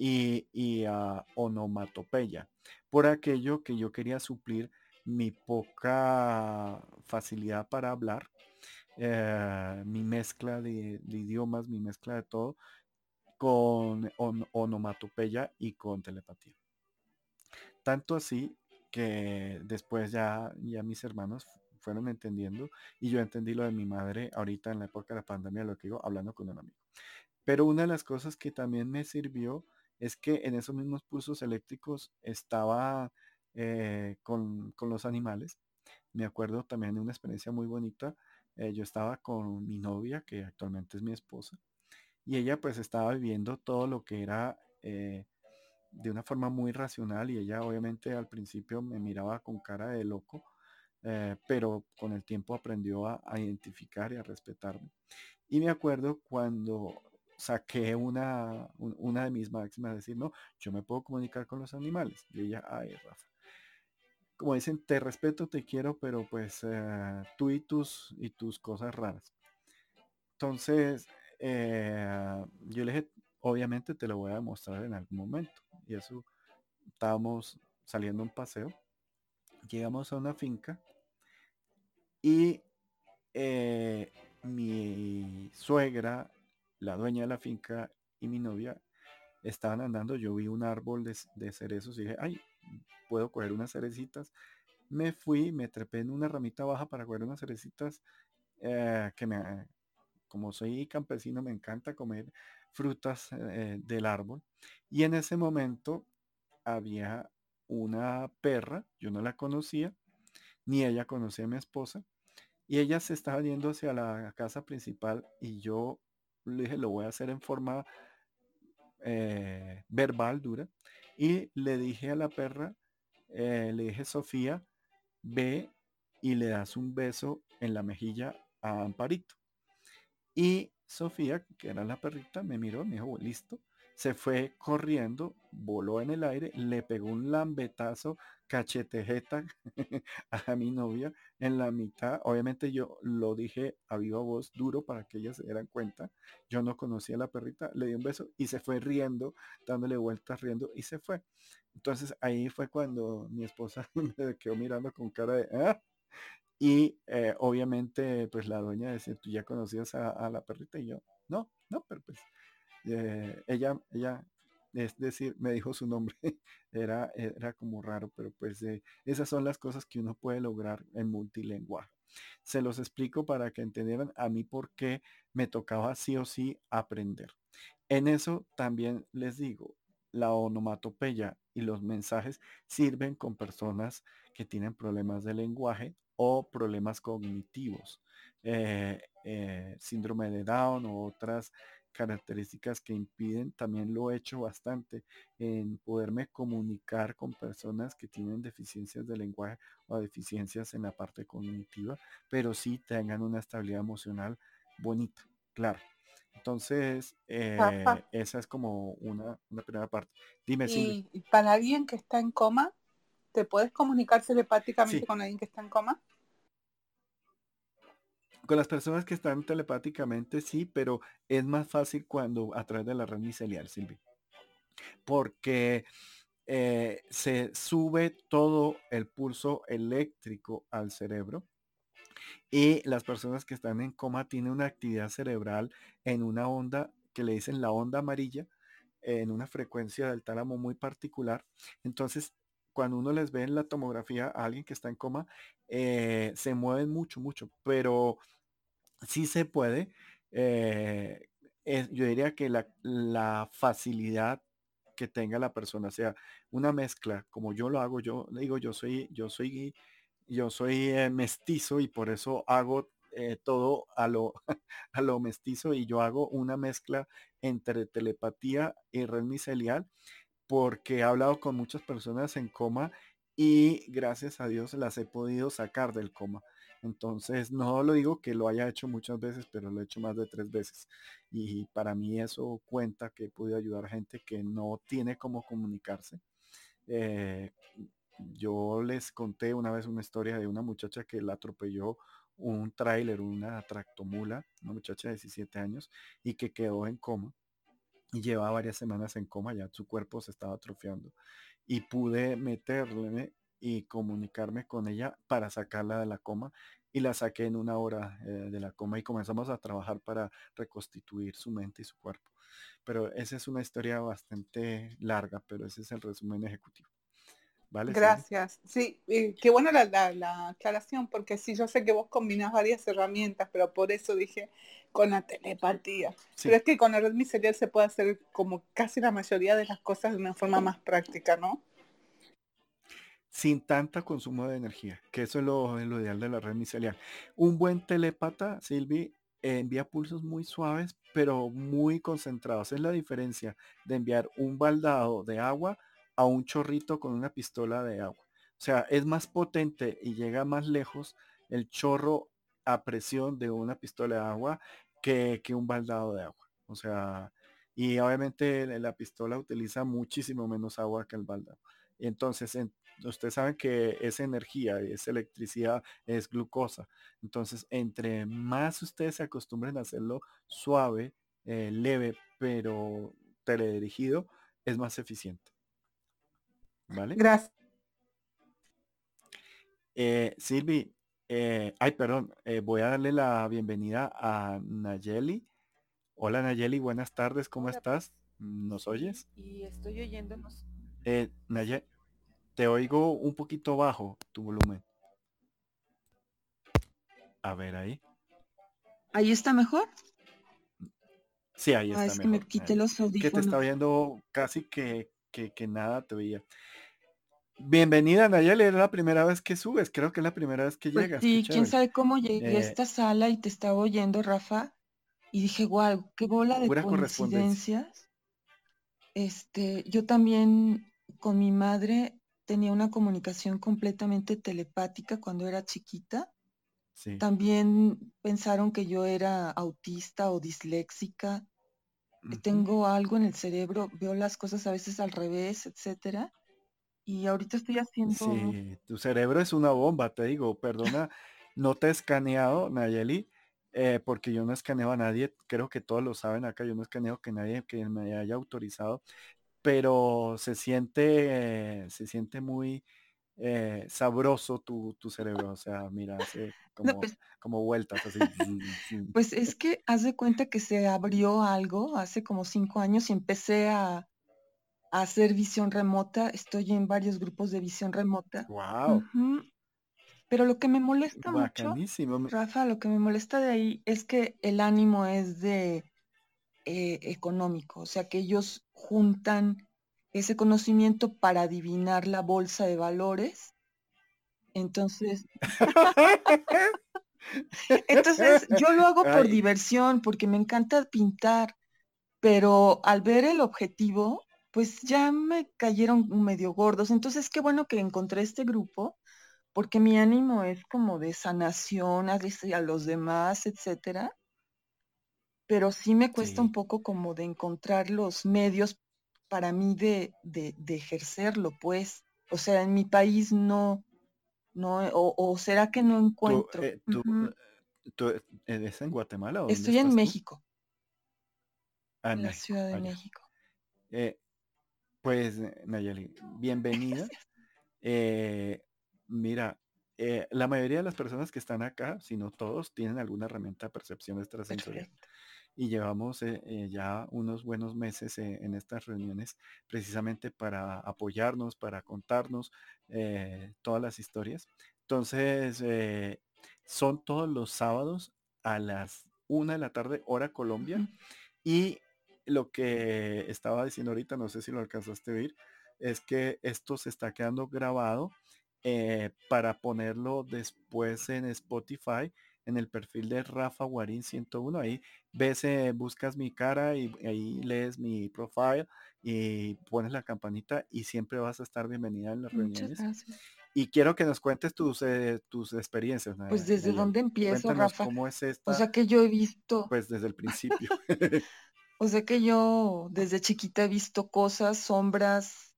y onomatopeya, por aquello que yo quería suplir mi poca facilidad para hablar, mi mezcla de idiomas, mi mezcla de todo, con onomatopeya y con telepatía. Tanto así que después ya mis hermanos fueron entendiendo y yo entendí lo de mi madre ahorita en la época de la pandemia, lo que digo, hablando con un amigo. Pero una de las cosas que también me sirvió es que en esos mismos pulsos eléctricos estaba con los animales. Me acuerdo también de una experiencia muy bonita. Yo estaba con mi novia, que actualmente es mi esposa, y ella pues estaba viviendo todo lo que era de una forma muy racional y ella obviamente al principio me miraba con cara de loco pero con el tiempo aprendió a identificar y a respetarme. Y me acuerdo cuando saqué una de mis máximas, decir, no, yo me puedo comunicar con los animales. Y ella, ay, Rafa, como dicen, te respeto, te quiero, pero pues tú y tus cosas raras. Entonces, yo le dije, obviamente te lo voy a demostrar en algún momento. Y eso, estábamos saliendo a un paseo, llegamos a una finca y mi suegra, la dueña de la finca y mi novia estaban andando. Yo vi un árbol de cerezos y dije, ay, puedo coger unas cerecitas. Me fui, me trepé en una ramita baja para coger unas cerecitas como soy campesino, me encanta comer frutas del árbol. Y en ese momento había una perra, yo no la conocía, ni ella conocía a mi esposa, y ella se estaba yendo hacia la casa principal y yo le dije, lo voy a hacer en forma verbal, dura, y le dije a la perra, le dije, Sofía, ve y le das un beso en la mejilla a Amparito. Y Sofía, que era la perrita, me miró, me dijo, listo. Se fue corriendo, voló en el aire, le pegó un lambetazo, cachetejeta a mi novia en la mitad. Obviamente yo lo dije a viva voz, duro, para que ellas se dieran cuenta. Yo no conocía a la perrita, le di un beso y se fue riendo, dándole vueltas, riendo y se fue. Entonces ahí fue cuando mi esposa me quedó mirando con cara de, ¿ah? Y obviamente, pues la dueña decía, ¿tú ya conocías a la perrita? Y yo, no, no, pero pues ella, es decir, me dijo su nombre. Era como raro, pero pues esas son las cosas que uno puede lograr en multilingüe. Se los explico para que entendieran a mí por qué me tocaba sí o sí aprender. En eso también les digo, la onomatopeya y los mensajes sirven con personas que tienen problemas de lenguaje o problemas cognitivos, síndrome de Down o otras características que impiden. También lo he hecho bastante en poderme comunicar con personas que tienen deficiencias de lenguaje o deficiencias en la parte cognitiva, pero sí tengan una estabilidad emocional bonita, claro. Entonces, Rafa, esa es como una primera parte. Dime, Silvia. y para alguien que está en coma, ¿te puedes comunicar telepáticamente Sí, con alguien que está en coma? con las personas que están telepáticamente, sí, pero es más fácil cuando a través de la red micelial, Silvia, porque se sube todo el pulso eléctrico al cerebro y las personas que están en coma tienen una actividad cerebral en una onda que le dicen la onda amarilla, en una frecuencia del tálamo muy particular. Entonces, cuando uno les ve en la tomografía a alguien que está en coma, se mueven mucho, mucho, pero sí se puede. eh, yo diría que la facilidad que tenga la persona, sea una mezcla, como yo lo hago, yo digo, yo soy mestizo y por eso hago todo a lo mestizo y yo hago una mezcla entre telepatía y red micelial porque he hablado con muchas personas en coma y gracias a Dios las he podido sacar del coma. Entonces, no lo digo que lo haya hecho muchas veces, pero lo he hecho más de 3 veces. Y para mí eso cuenta que he podido ayudar a gente que no tiene cómo comunicarse. Eh, yo les conté una vez una historia de una muchacha que la atropelló un tráiler, una tractomula, una muchacha de 17 años y que quedó en coma y llevaba varias semanas en coma, ya su cuerpo se estaba atrofiando y pude meterle y comunicarme con ella para sacarla de la coma y la saqué en una hora de la coma y comenzamos a trabajar para reconstituir su mente y su cuerpo. Pero esa es una historia bastante larga, pero ese es el resumen ejecutivo. ¿Vale, Silvia? Gracias. Sí, qué buena la aclaración, porque sí, yo sé que vos combinás varias herramientas, pero por eso dije con la telepatía. Pero Sí, es que con la red micelial se puede hacer como casi la mayoría de las cosas de una forma más práctica, ¿no? sin tanta consumo de energía, que eso es lo ideal de la red micelial. Un buen telépata, Silvi, envía pulsos muy suaves, pero muy concentrados. Es la diferencia de enviar un baldado de agua a un chorrito con una pistola de agua. O sea, es más potente y llega más lejos el chorro a presión de una pistola de agua que un baldado de agua. O sea, y obviamente la pistola utiliza muchísimo menos agua que el baldado. Entonces, ustedes saben que esa energía, esa electricidad es glucosa. Entonces, entre más ustedes se acostumbren a hacerlo suave, leve, pero teledirigido, es más eficiente. ¿Vale? Gracias. Silvi, ay, perdón, voy a darle la bienvenida a Nayeli. Hola Nayeli, buenas tardes, ¿cómo Hola, estás? ¿Nos sí, oyes? y estoy oyéndonos. Nayeli, te oigo un poquito bajo tu volumen. A ver ahí. ¿Ahí está mejor? Sí, ahí Ah, está es que me mejor, quité Nayeli. los Que te está audífonos. viendo casi que nada te veía. Bienvenida Nayeli, es la primera vez que subes, creo que es la primera vez que Pues llegas, qué sí, quién chévere. sabe cómo llegué a Eh, esta sala y te estaba oyendo, Rafa, y dije, wow, qué bola de Pura correspondencia. coincidencias. Yo también con mi madre tenía una comunicación completamente telepática cuando era chiquita. Sí. También pensaron que yo era autista o disléxica. Tengo algo en el cerebro, veo las cosas a veces al revés, etcétera. Y ahorita estoy haciendo... Sí, tu cerebro es una bomba, te digo, perdona, no te he escaneado, Nayeli, porque yo no escaneo a nadie, creo que todos lo saben acá, yo no escaneo que nadie que me haya autorizado, pero se siente muy sabroso tu cerebro, o sea, mira, hace No, pues, como vueltas así. pues es que haz de cuenta que se abrió algo hace como 5 años y empecé a hacer visión remota. Estoy en varios grupos de visión remota. Wow, Ujú. Pero lo que me molesta mucho, bacanísimo. Rafa, lo que me molesta de ahí es que el ánimo es de económico, o sea que ellos juntan ese conocimiento para adivinar la bolsa de valores. Entonces, entonces yo lo hago por Ay, diversión, porque me encanta pintar, pero al ver el objetivo, pues ya me cayeron medio gordos. Entonces, qué bueno que encontré este grupo, porque mi ánimo es como de sanación a los demás, etcétera. Pero sí me cuesta un sí, poco como de encontrar los medios para mí de ejercerlo, pues. O sea, en mi país no, o será que no tú, encuentro. Ujú. ¿tú eres en Guatemala o dónde Estoy en estás tú? México, Ah, en en la México, Ciudad de allá. México. Pues, Nayeli, bienvenida. Gracias. Eh, Mira, la mayoría de las personas que están acá, si no todos, tienen alguna herramienta de percepción extrasensorial. Perfecto. Y llevamos ya unos buenos meses en estas reuniones precisamente para apoyarnos, para contarnos todas las historias. Entonces, son todos los sábados a las 1 de la tarde, hora Colombia. Ujú. Y lo que estaba diciendo ahorita, no sé si lo alcanzaste a oír, es que esto se está quedando grabado para ponerlo después en Spotify, en el perfil de Rafa Guarín 101. Ahí ves, buscas mi cara y ahí lees mi profile y pones la campanita y siempre vas a estar bienvenida en las Muchas reuniones. gracias. Y quiero que nos cuentes tus experiencias, Pues desde Nayeli. dónde empiezo, Cuéntanos Rafa. cómo es O esta, sea que yo he visto, pues desde el principio. o sea que yo desde chiquita he visto cosas, sombras,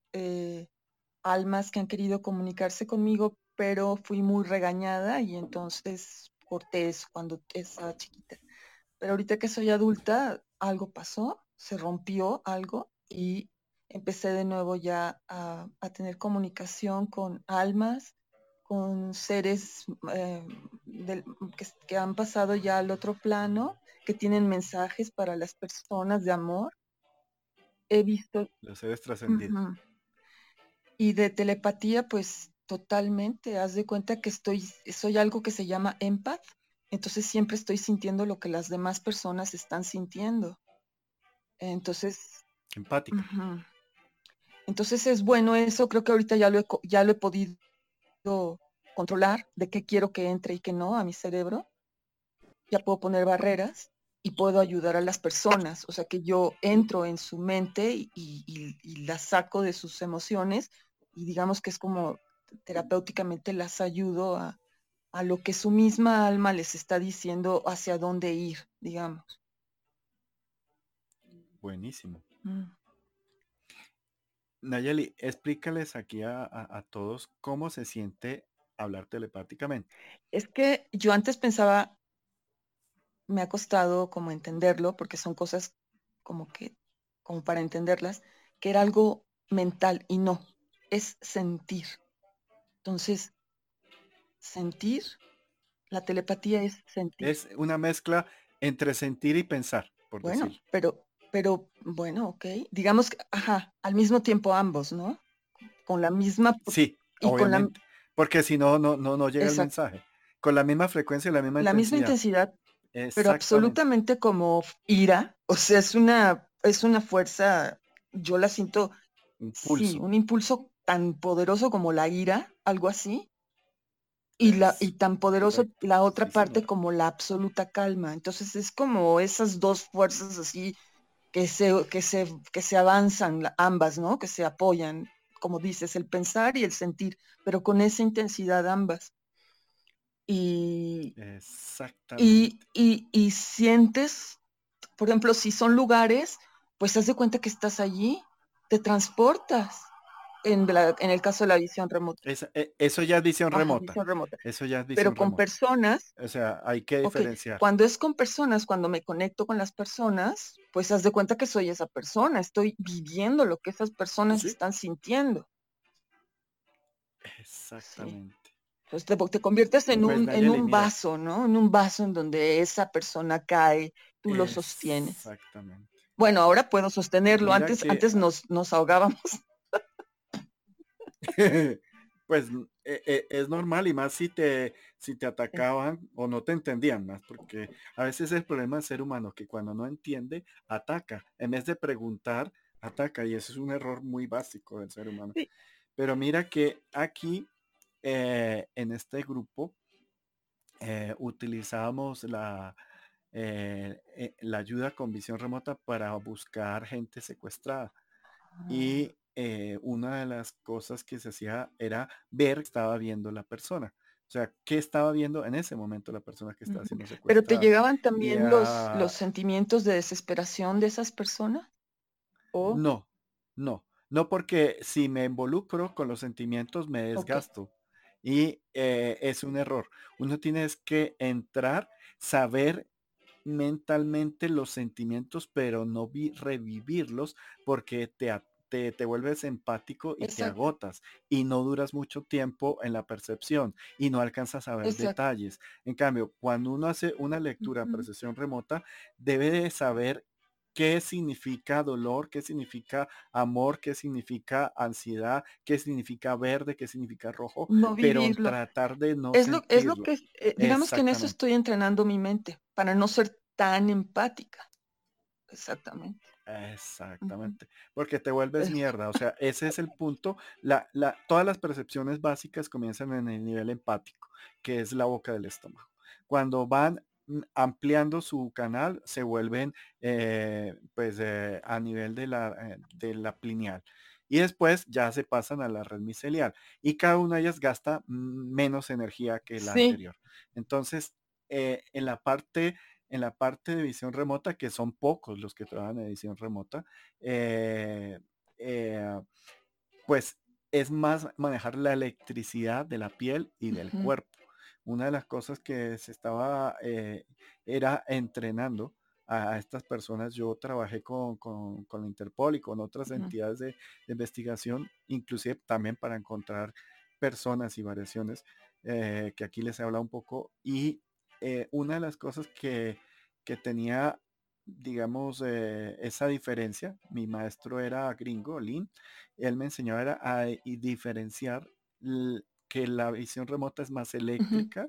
almas que han querido comunicarse conmigo, pero fui muy regañada y entonces corté eso cuando estaba chiquita. Pero ahorita que soy adulta, algo pasó, se rompió algo y empecé de nuevo ya a tener comunicación con almas, con seres que han pasado ya al otro plano, que tienen mensajes para las personas de amor. He visto, Los seres trascendidos. ujú, y de telepatía, pues totalmente. Haz de cuenta que soy algo que se llama empath. Entonces siempre estoy sintiendo lo que las demás personas están sintiendo. Entonces, Empática. ujú. Entonces es bueno eso. Creo que ahorita ya lo he podido controlar de qué quiero que entre y qué no a mi cerebro. Ya puedo poner barreras y puedo ayudar a las personas. O sea que yo entro en su mente y las saco de sus emociones y digamos que es como terapéuticamente las ayudo a lo que su misma alma les está diciendo hacia dónde ir, digamos. Buenísimo. Mm. Nayeli, explícales aquí a todos cómo se siente hablar telepáticamente. Es que yo antes pensaba, me ha costado como entenderlo, porque son cosas como para entenderlas, que era algo mental y no, es sentir. Entonces, sentir, la telepatía es sentir. Es una mezcla entre sentir y pensar, por Bueno, decirlo. pero, bueno, ok. Digamos que, al mismo tiempo ambos, ¿no? Con la misma, Sí, y con obviamente. Porque si no, no llega el exacto, mensaje. Con la misma frecuencia y la misma la misma intensidad. intensidad, pero Exactamente. absolutamente como ira, o sea, es una fuerza, yo la siento, Un sí, pulso. un impulso tan poderoso como la ira, algo así, y tan poderoso Correcto. la otra Sí, parte señora. como la absoluta calma. Entonces es como esas dos fuerzas así que se avanzan ambas, ¿no? Que se apoyan, como dices, el pensar y el sentir, pero con esa intensidad ambas. Y, y, Exactamente. y sientes, por ejemplo, si son lugares, pues haz de cuenta que estás allí, te transportas en el caso de la visión remota. Eso ya es visión Ajá, remota. visión remota. Eso ya es Pero visión con remota. personas, O sea, hay que ok, diferenciar. cuando es con personas, cuando me conecto con las personas, pues haz de cuenta que soy esa persona, estoy viviendo lo que esas personas Sí, están sintiendo. Sí. exactamente. Pues te conviertes en Pues un, en Nayeli, un mira, vaso, ¿no? En un vaso en donde esa persona cae, tú lo sostienes. exactamente. Bueno, ahora puedo sostenerlo. Mira Antes, que, antes nos ahogábamos. pues es normal y más si te atacaban o no te entendían más, porque a veces el problema del ser humano que cuando no entiende, ataca. En vez de preguntar, ataca y eso es un error muy básico del ser humano. Sí. Pero mira que aquí en este grupo utilizábamos la ayuda con visión remota para buscar gente secuestrada. Y una de las cosas que se hacía era ver qué estaba viendo la persona. O sea, qué estaba viendo en ese momento la persona que estaba Ujú. siendo Pero te secuestrada. llegaban Y también los sentimientos de desesperación de esas personas. ¿O? no, no porque si me involucro con los sentimientos me Ok, desgasto. Y es un error. Uno tiene que entrar, saber mentalmente los sentimientos, pero no revivirlos porque te vuelves empático y te exacto, agotas y no duras mucho tiempo en la percepción y no alcanzas a ver exacto. detalles. En cambio, cuando uno hace una lectura, Ujú. percepción remota, debe de saber qué significa dolor, qué significa amor, qué significa ansiedad, qué significa verde, qué significa rojo, No pero vivirlo. tratar de no Es lo sentirlo. que, digamos que en eso Exactamente. estoy entrenando mi mente, para no ser tan empática. Exactamente. Ujú. Exactamente, porque te vuelves Es- mierda, o sea, ese es el punto. Todas las percepciones básicas comienzan en el nivel empático, que es la boca del estómago. Cuando van ampliando su canal, se vuelven pues a nivel de la pineal. Y después ya se pasan a la red micelial. Y cada una de ellas gasta menos energía que la Sí. anterior. Entonces, en la parte de visión remota, que son pocos los que trabajan en edición remota, eh, eh, pues es más manejar la electricidad de la piel y del Ujú, cuerpo. Una de las cosas que se estaba era entrenando a estas personas. Yo trabajé con la Interpol y con otras ujú. entidades de investigación, inclusive también para encontrar personas y variaciones, que aquí les he hablado un poco. Y una de las cosas que tenía, digamos, esa diferencia, mi maestro era gringo, Lin, él me enseñó era a diferenciar que la visión remota es más Ujú. eléctrica,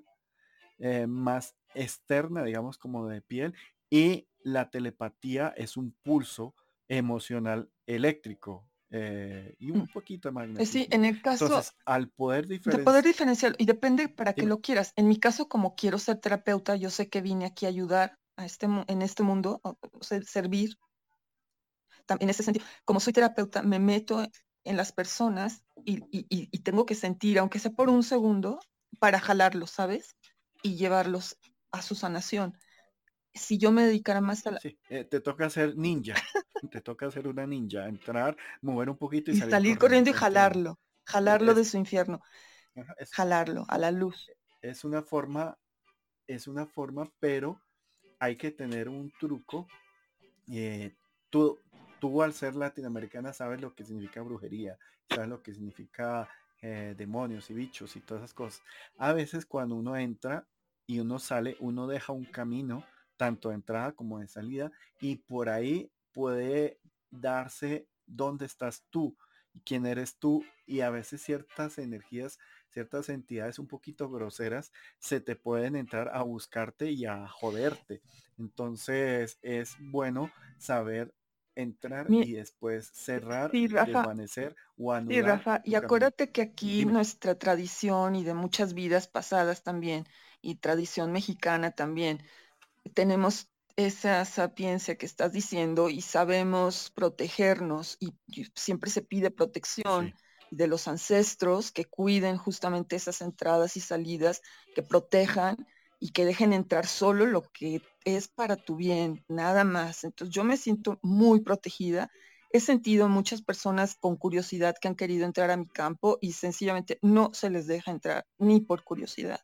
más externa, digamos, como de piel, y la telepatía es un pulso emocional eléctrico, y Mm. un poquito de Sí, magnetismo. en el caso Entonces, al poder de poder diferenciar, diferenciar, y depende para qué dime, lo quieras. En mi caso, como quiero ser terapeuta, yo sé que vine aquí a ayudar en este mundo, servir, en ese sentido. Como soy terapeuta, me meto en las personas y tengo que sentir, aunque sea por un segundo, para jalarlos, ¿sabes? Y llevarlos a su sanación. Si yo me dedicara más a la... Sí, te toca ser ninja. Te toca ser una ninja, entrar, mover un poquito y Y salir salir corriendo, corriendo y te entiendo. jalarlo de Es, su infierno, ajá, jalarlo a la luz. es una forma, pero hay que tener un truco. eh, tú, tú al ser latinoamericana sabes lo que significa brujería, sabes lo que significa demonios y bichos y todas esas cosas. A veces cuando uno entra y uno sale, uno deja un camino, tanto de entrada como de salida, y por ahí puede darse dónde estás tú y quién eres tú, y a veces ciertas energías, ciertas entidades un poquito groseras se te pueden entrar a buscarte y a joderte. Entonces es bueno saber entrar Mi- y después cerrar, sí, Rafa, desvanecer o sí, anular Rafa, y tu camino. acuérdate que aquí Dime. nuestra tradición y de muchas vidas pasadas también, y tradición mexicana también, tenemos esa sapiencia que estás diciendo y sabemos protegernos y siempre se pide protección Sí. de los ancestros que cuiden justamente esas entradas y salidas, que protejan y que dejen entrar solo lo que es para tu bien, nada más. Entonces yo me siento muy protegida. He sentido muchas personas con curiosidad que han querido entrar a mi campo y sencillamente no se les deja entrar ni por curiosidad.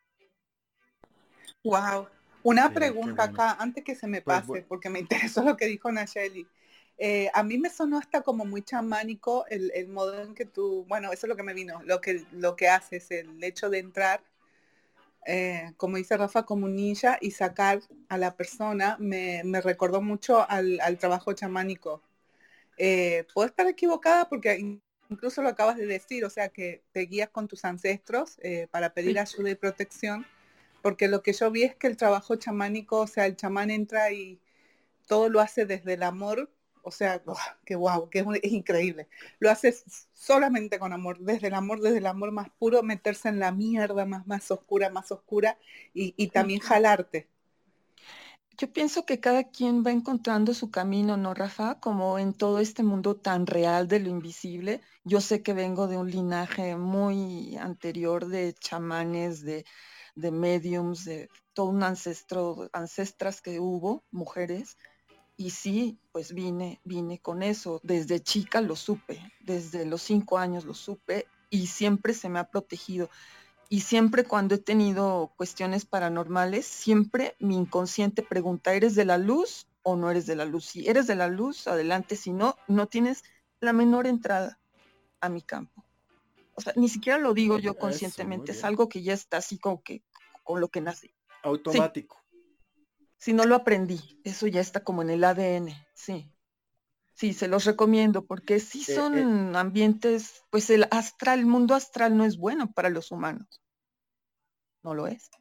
Wow. Una Qué pregunta bueno. acá, antes que se me Pues pase, porque me interesó lo que dijo Nacheli. A mí me sonó hasta como muy chamánico el modo en que tú, bueno, eso es lo que me vino, lo que haces, el hecho de entrar, como dice Rafa, como un ninja y sacar a la persona, me recordó mucho al trabajo chamánico. Puedo estar equivocada porque incluso lo acabas de decir, o sea, que te guías con tus ancestros para pedir Sí. ayuda y protección, porque lo que yo vi es que el trabajo chamánico, o sea, el chamán entra y todo lo hace desde el amor, o sea, que wow, es increíble. Lo haces solamente con amor, desde el amor más puro, meterse en la mierda más oscura, y Sí. también jalarte. Yo pienso que cada quien va encontrando su camino, ¿no, Rafa? Como en todo este mundo tan real de lo invisible. Yo sé que vengo de un linaje muy anterior de chamanes, de mediums, de todo un ancestras que hubo, mujeres. Y sí, pues vine con eso. Desde chica lo supe, desde los 5 años lo supe y siempre se me ha protegido. Y siempre cuando he tenido cuestiones paranormales, siempre mi inconsciente pregunta, ¿eres de la luz o no eres de la luz? Si eres de la luz, adelante. Si no, no tienes la menor entrada a mi campo. O sea, ni siquiera lo digo yo eso, muy conscientemente, es bien. algo que ya está así como que con lo que nací. Sí, Automático. si no lo aprendí, eso ya está como en el ADN, sí. Sí, se los recomiendo porque sí Eh, eh, son ambientes, pues el mundo astral no es bueno para los humanos, no lo es.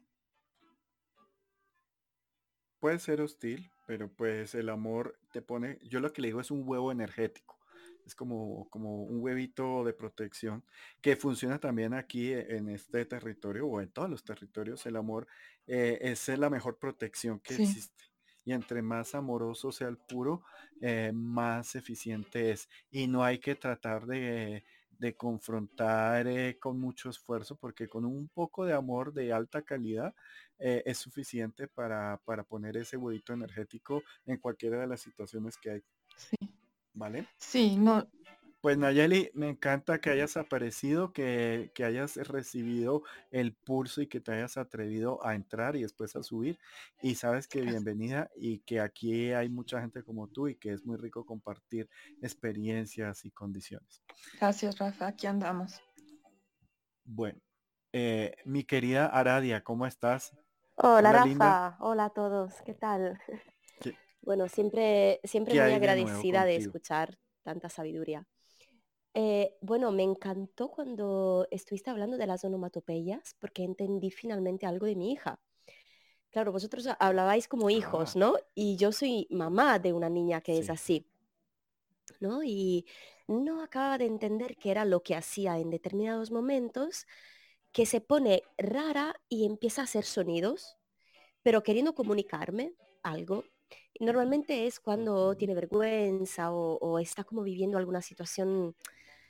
Puede ser hostil, pero pues el amor te pone, yo lo que le digo es un huevo energético. Es como un huevito de protección que funciona también aquí en este territorio o en todos los territorios. El amor es la mejor protección que Sí. existe. Y entre más amoroso sea el puro, más eficiente es. Y no hay que tratar de confrontar con mucho esfuerzo, porque con un poco de amor de alta calidad, es suficiente para poner ese huevito energético en cualquiera de las situaciones que hay, Sí, ¿vale? sí, no, Pues Nayeli, me encanta que hayas aparecido, que hayas recibido el pulso y que te hayas atrevido a entrar y después a subir. Y sabes que gracias, bienvenida y que aquí hay mucha gente como tú y que es muy rico compartir experiencias y condiciones. gracias, Rafa, aquí andamos. Bueno, mi querida Aradia, ¿cómo estás? Hola Hola linda, Rafa, hola a todos, ¿qué tal? ¿qué, Bueno, siempre qué muy hay de nuevo agradecida de contigo? escuchar tanta sabiduría. Bueno, me encantó cuando estuviste hablando de las onomatopeyas porque entendí finalmente algo de mi hija. Claro, vosotros hablabais como hijos, Ah, ¿no? Y yo soy mamá de una niña que es sí. así, ¿no? Y no acababa de entender qué era lo que hacía en determinados momentos, que se pone rara y empieza a hacer sonidos pero queriendo comunicarme algo. Y normalmente es cuando Ujú. tiene vergüenza o está como viviendo alguna situación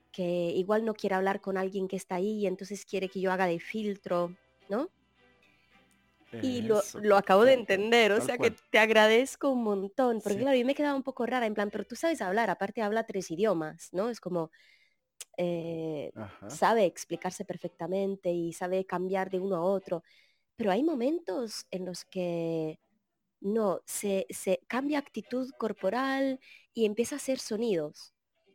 que igual no quiere hablar con alguien que está ahí y entonces quiere que yo haga de filtro, ¿no? Y Eso, lo acabo de perfecto, entender, o tal sea que cual. te agradezco un montón, porque Sí, claro, yo me quedaba un poco rara, en plan, pero tú sabes hablar, aparte habla 3 idiomas, ¿no? Es como, eh, ajá. sabe explicarse perfectamente y sabe cambiar de uno a otro, pero hay momentos en los que no, se cambia actitud corporal y empieza a hacer sonidos.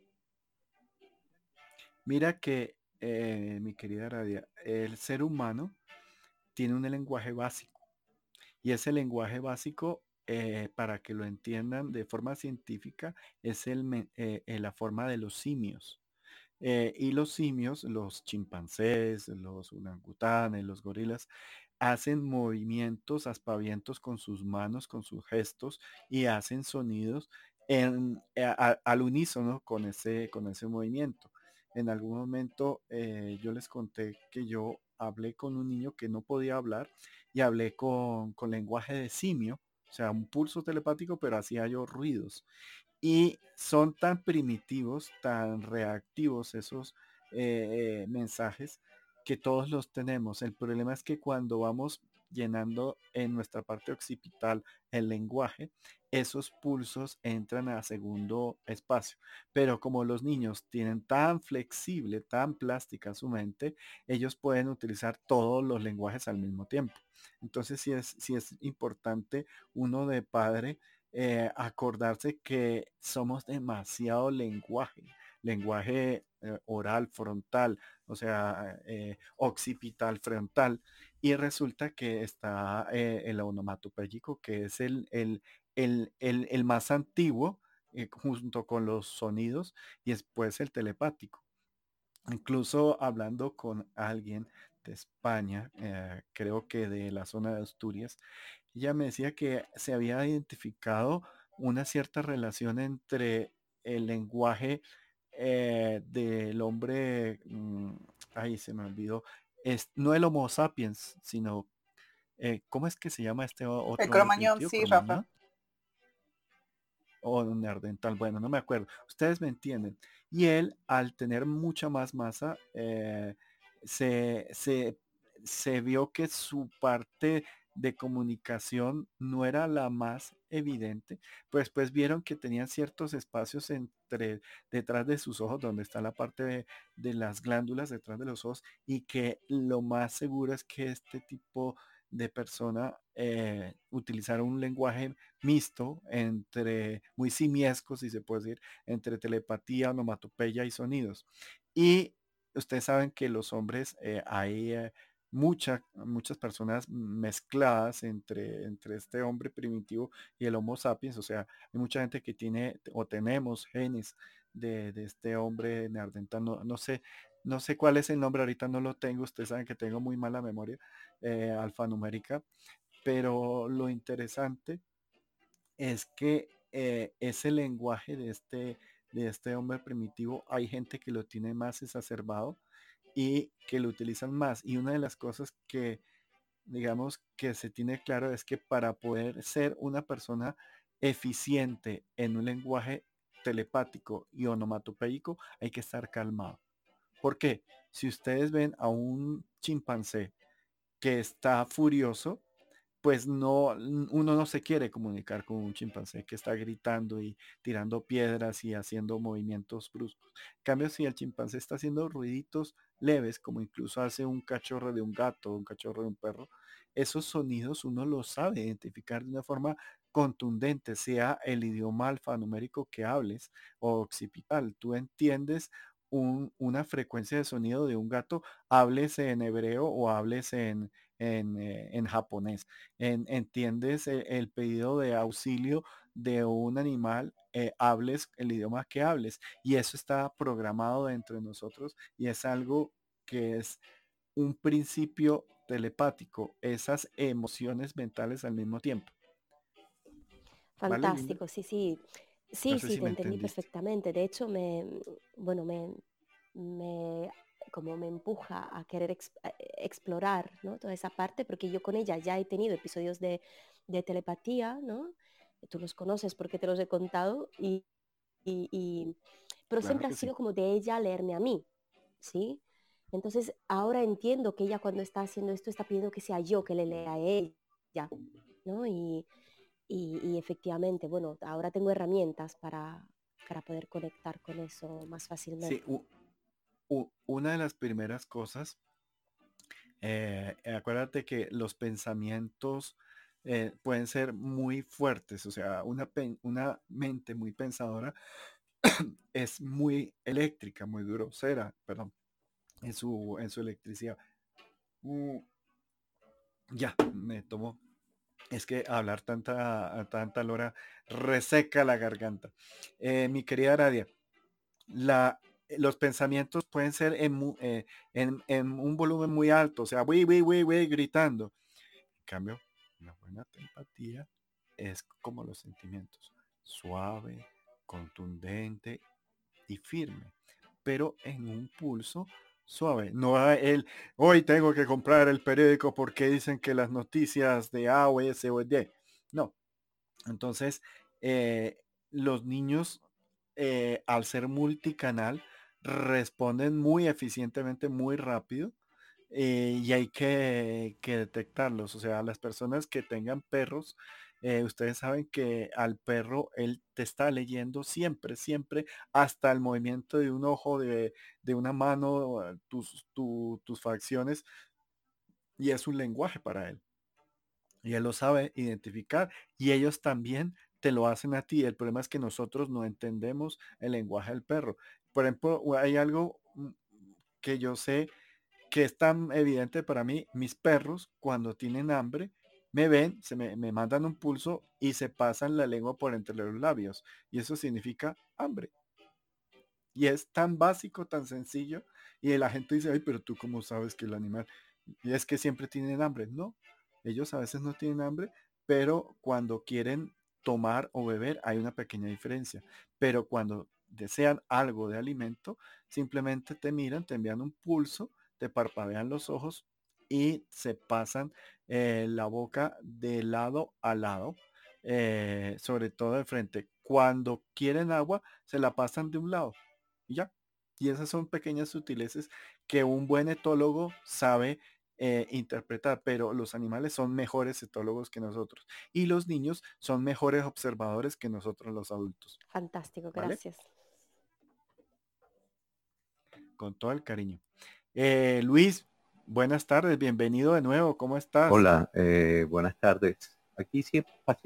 Mira que, mi querida Radia, el ser humano tiene un lenguaje básico y ese lenguaje básico, para que lo entiendan de forma científica, es la forma de los simios. Y los simios, los chimpancés, los orangutanes, los gorilas, hacen movimientos, aspavientos con sus manos, con sus gestos y hacen sonidos al unísono con ese movimiento. En algún momento, yo les conté que yo hablé con un niño que no podía hablar y hablé con lenguaje de simio, o sea, un pulso telepático, pero hacía yo ruidos. Y son tan primitivos, tan reactivos esos mensajes que todos los tenemos. El problema es que cuando vamos llenando en nuestra parte occipital el lenguaje, esos pulsos entran a segundo espacio. Pero como los niños tienen tan flexible, tan plástica su mente, ellos pueden utilizar todos los lenguajes al mismo tiempo. Entonces sí es importante uno de padre, acordarse que somos demasiado lenguaje oral, frontal, o sea, occipital, frontal, y resulta que está el onomatopéyico, que es el más antiguo, junto con los sonidos, y después el telepático. Incluso hablando con alguien de España, creo que de la zona de Asturias, ella me decía que se había identificado una cierta relación entre el lenguaje del hombre, ahí se me olvidó, no el Homo sapiens, sino, ¿cómo es que se llama este El otro hombre cromañón, primitivo? sí, Rafa. Cromañón o un neandertal, bueno, no me acuerdo, ustedes me entienden. Y él, al tener mucha más masa, se, se, se vio que su parte de comunicación no era la más evidente, pues vieron que tenían ciertos espacios detrás de sus ojos, donde está la parte de las glándulas detrás de los ojos, y que lo más seguro es que este tipo de persona utilizara un lenguaje mixto entre, muy simiesco, si se puede decir, entre telepatía, onomatopeya y sonidos. Y ustedes saben que los hombres, hay muchas personas mezcladas entre este hombre primitivo y el Homo sapiens, o sea, hay mucha gente que tiene o tenemos genes de este hombre neandertal, no sé cuál es el nombre, ahorita no lo tengo, ustedes saben que tengo muy mala memoria alfanumérica, pero lo interesante es que ese lenguaje de este hombre primitivo, hay gente que lo tiene más exacerbado y que lo utilizan más. Y una de las cosas que, digamos, que se tiene claro es que para poder ser una persona eficiente en un lenguaje telepático y onomatopéyico, hay que estar calmado. ¿Por qué? Si ustedes ven a un chimpancé que está furioso, pues no, uno no se quiere comunicar con un chimpancé que está gritando y tirando piedras y haciendo movimientos bruscos. En cambio, si el chimpancé está haciendo ruiditos leves, como incluso hace un cachorro de un gato, un cachorro de un perro, esos sonidos uno los sabe identificar de una forma contundente, sea el idioma alfanumérico que hables o occipital. Tú entiendes una frecuencia de sonido de un gato, hables en hebreo o hables en japonés. Entiendes el pedido de auxilio de un animal, hables el idioma que hables. Y eso está programado dentro de nosotros y es algo que es un principio telepático, esas emociones mentales al mismo tiempo. ¿Vale, Linda? Fantástico, sí, sí. No Sí, sé sí, si te me entendí entendiste. perfectamente. De hecho, bueno, me, como me empuja a querer explorar, ¿no? Toda esa parte, porque yo con ella ya he tenido episodios de telepatía, ¿no? Tú los conoces porque te los he contado y pero Claro siempre ha que sí. sido como de ella leerme a mí, ¿sí? Entonces ahora entiendo que ella cuando está haciendo esto está pidiendo que sea yo que le lea a ella, ¿no? Y efectivamente, bueno, ahora tengo herramientas para poder conectar con eso más Sí, fácilmente. una de las primeras cosas, acuérdate que los pensamientos pueden ser muy fuertes, o sea, una mente muy pensadora es muy eléctrica, muy grosera, perdón, en su electricidad. Mm, ya, me tomó. Es que hablar a tanta hora reseca la garganta. Mi querida Aradia, los pensamientos pueden ser en un volumen muy alto, o sea, gritando. En cambio, una buena empatía es como los sentimientos, suave, contundente y firme, pero en un pulso suave. No a el, hoy tengo que comprar el periódico porque dicen que las noticias de A o S o D. No. Entonces, los niños, al ser multicanal, responden muy eficientemente, muy rápido, y hay que detectarlos. O sea, las personas que tengan perros, ustedes saben que al perro él te está leyendo siempre, siempre, hasta el movimiento de un ojo, de una mano, tus facciones, y es un lenguaje para él. Y él lo sabe identificar y ellos también te lo hacen a ti. El problema es que nosotros no entendemos el lenguaje del perro. Por ejemplo, hay algo que yo sé que es tan evidente para mí. Mis perros, cuando tienen hambre, me ven, me mandan un pulso y se pasan la lengua por entre los labios. Y eso significa hambre. Y es tan básico, tan sencillo. Y la gente dice, ay, pero tú cómo sabes que el animal... Y es que siempre tienen hambre. No, ellos a veces no tienen hambre, pero cuando quieren tomar o beber hay una pequeña diferencia. Pero cuando desean algo de alimento, simplemente te miran, te envían un pulso, te parpadean los ojos y se pasan la boca de lado a lado, sobre todo de frente. Cuando quieren agua, se la pasan de un lado y ya. Y esas son pequeñas sutilezas que un buen etólogo sabe interpretar, pero los animales son mejores etólogos que nosotros y los niños son mejores observadores que nosotros los adultos, Fantástico, ¿vale? gracias. Con todo el cariño. Luis, buenas tardes, bienvenido de nuevo, ¿cómo estás? Hola, buenas tardes. Aquí sí,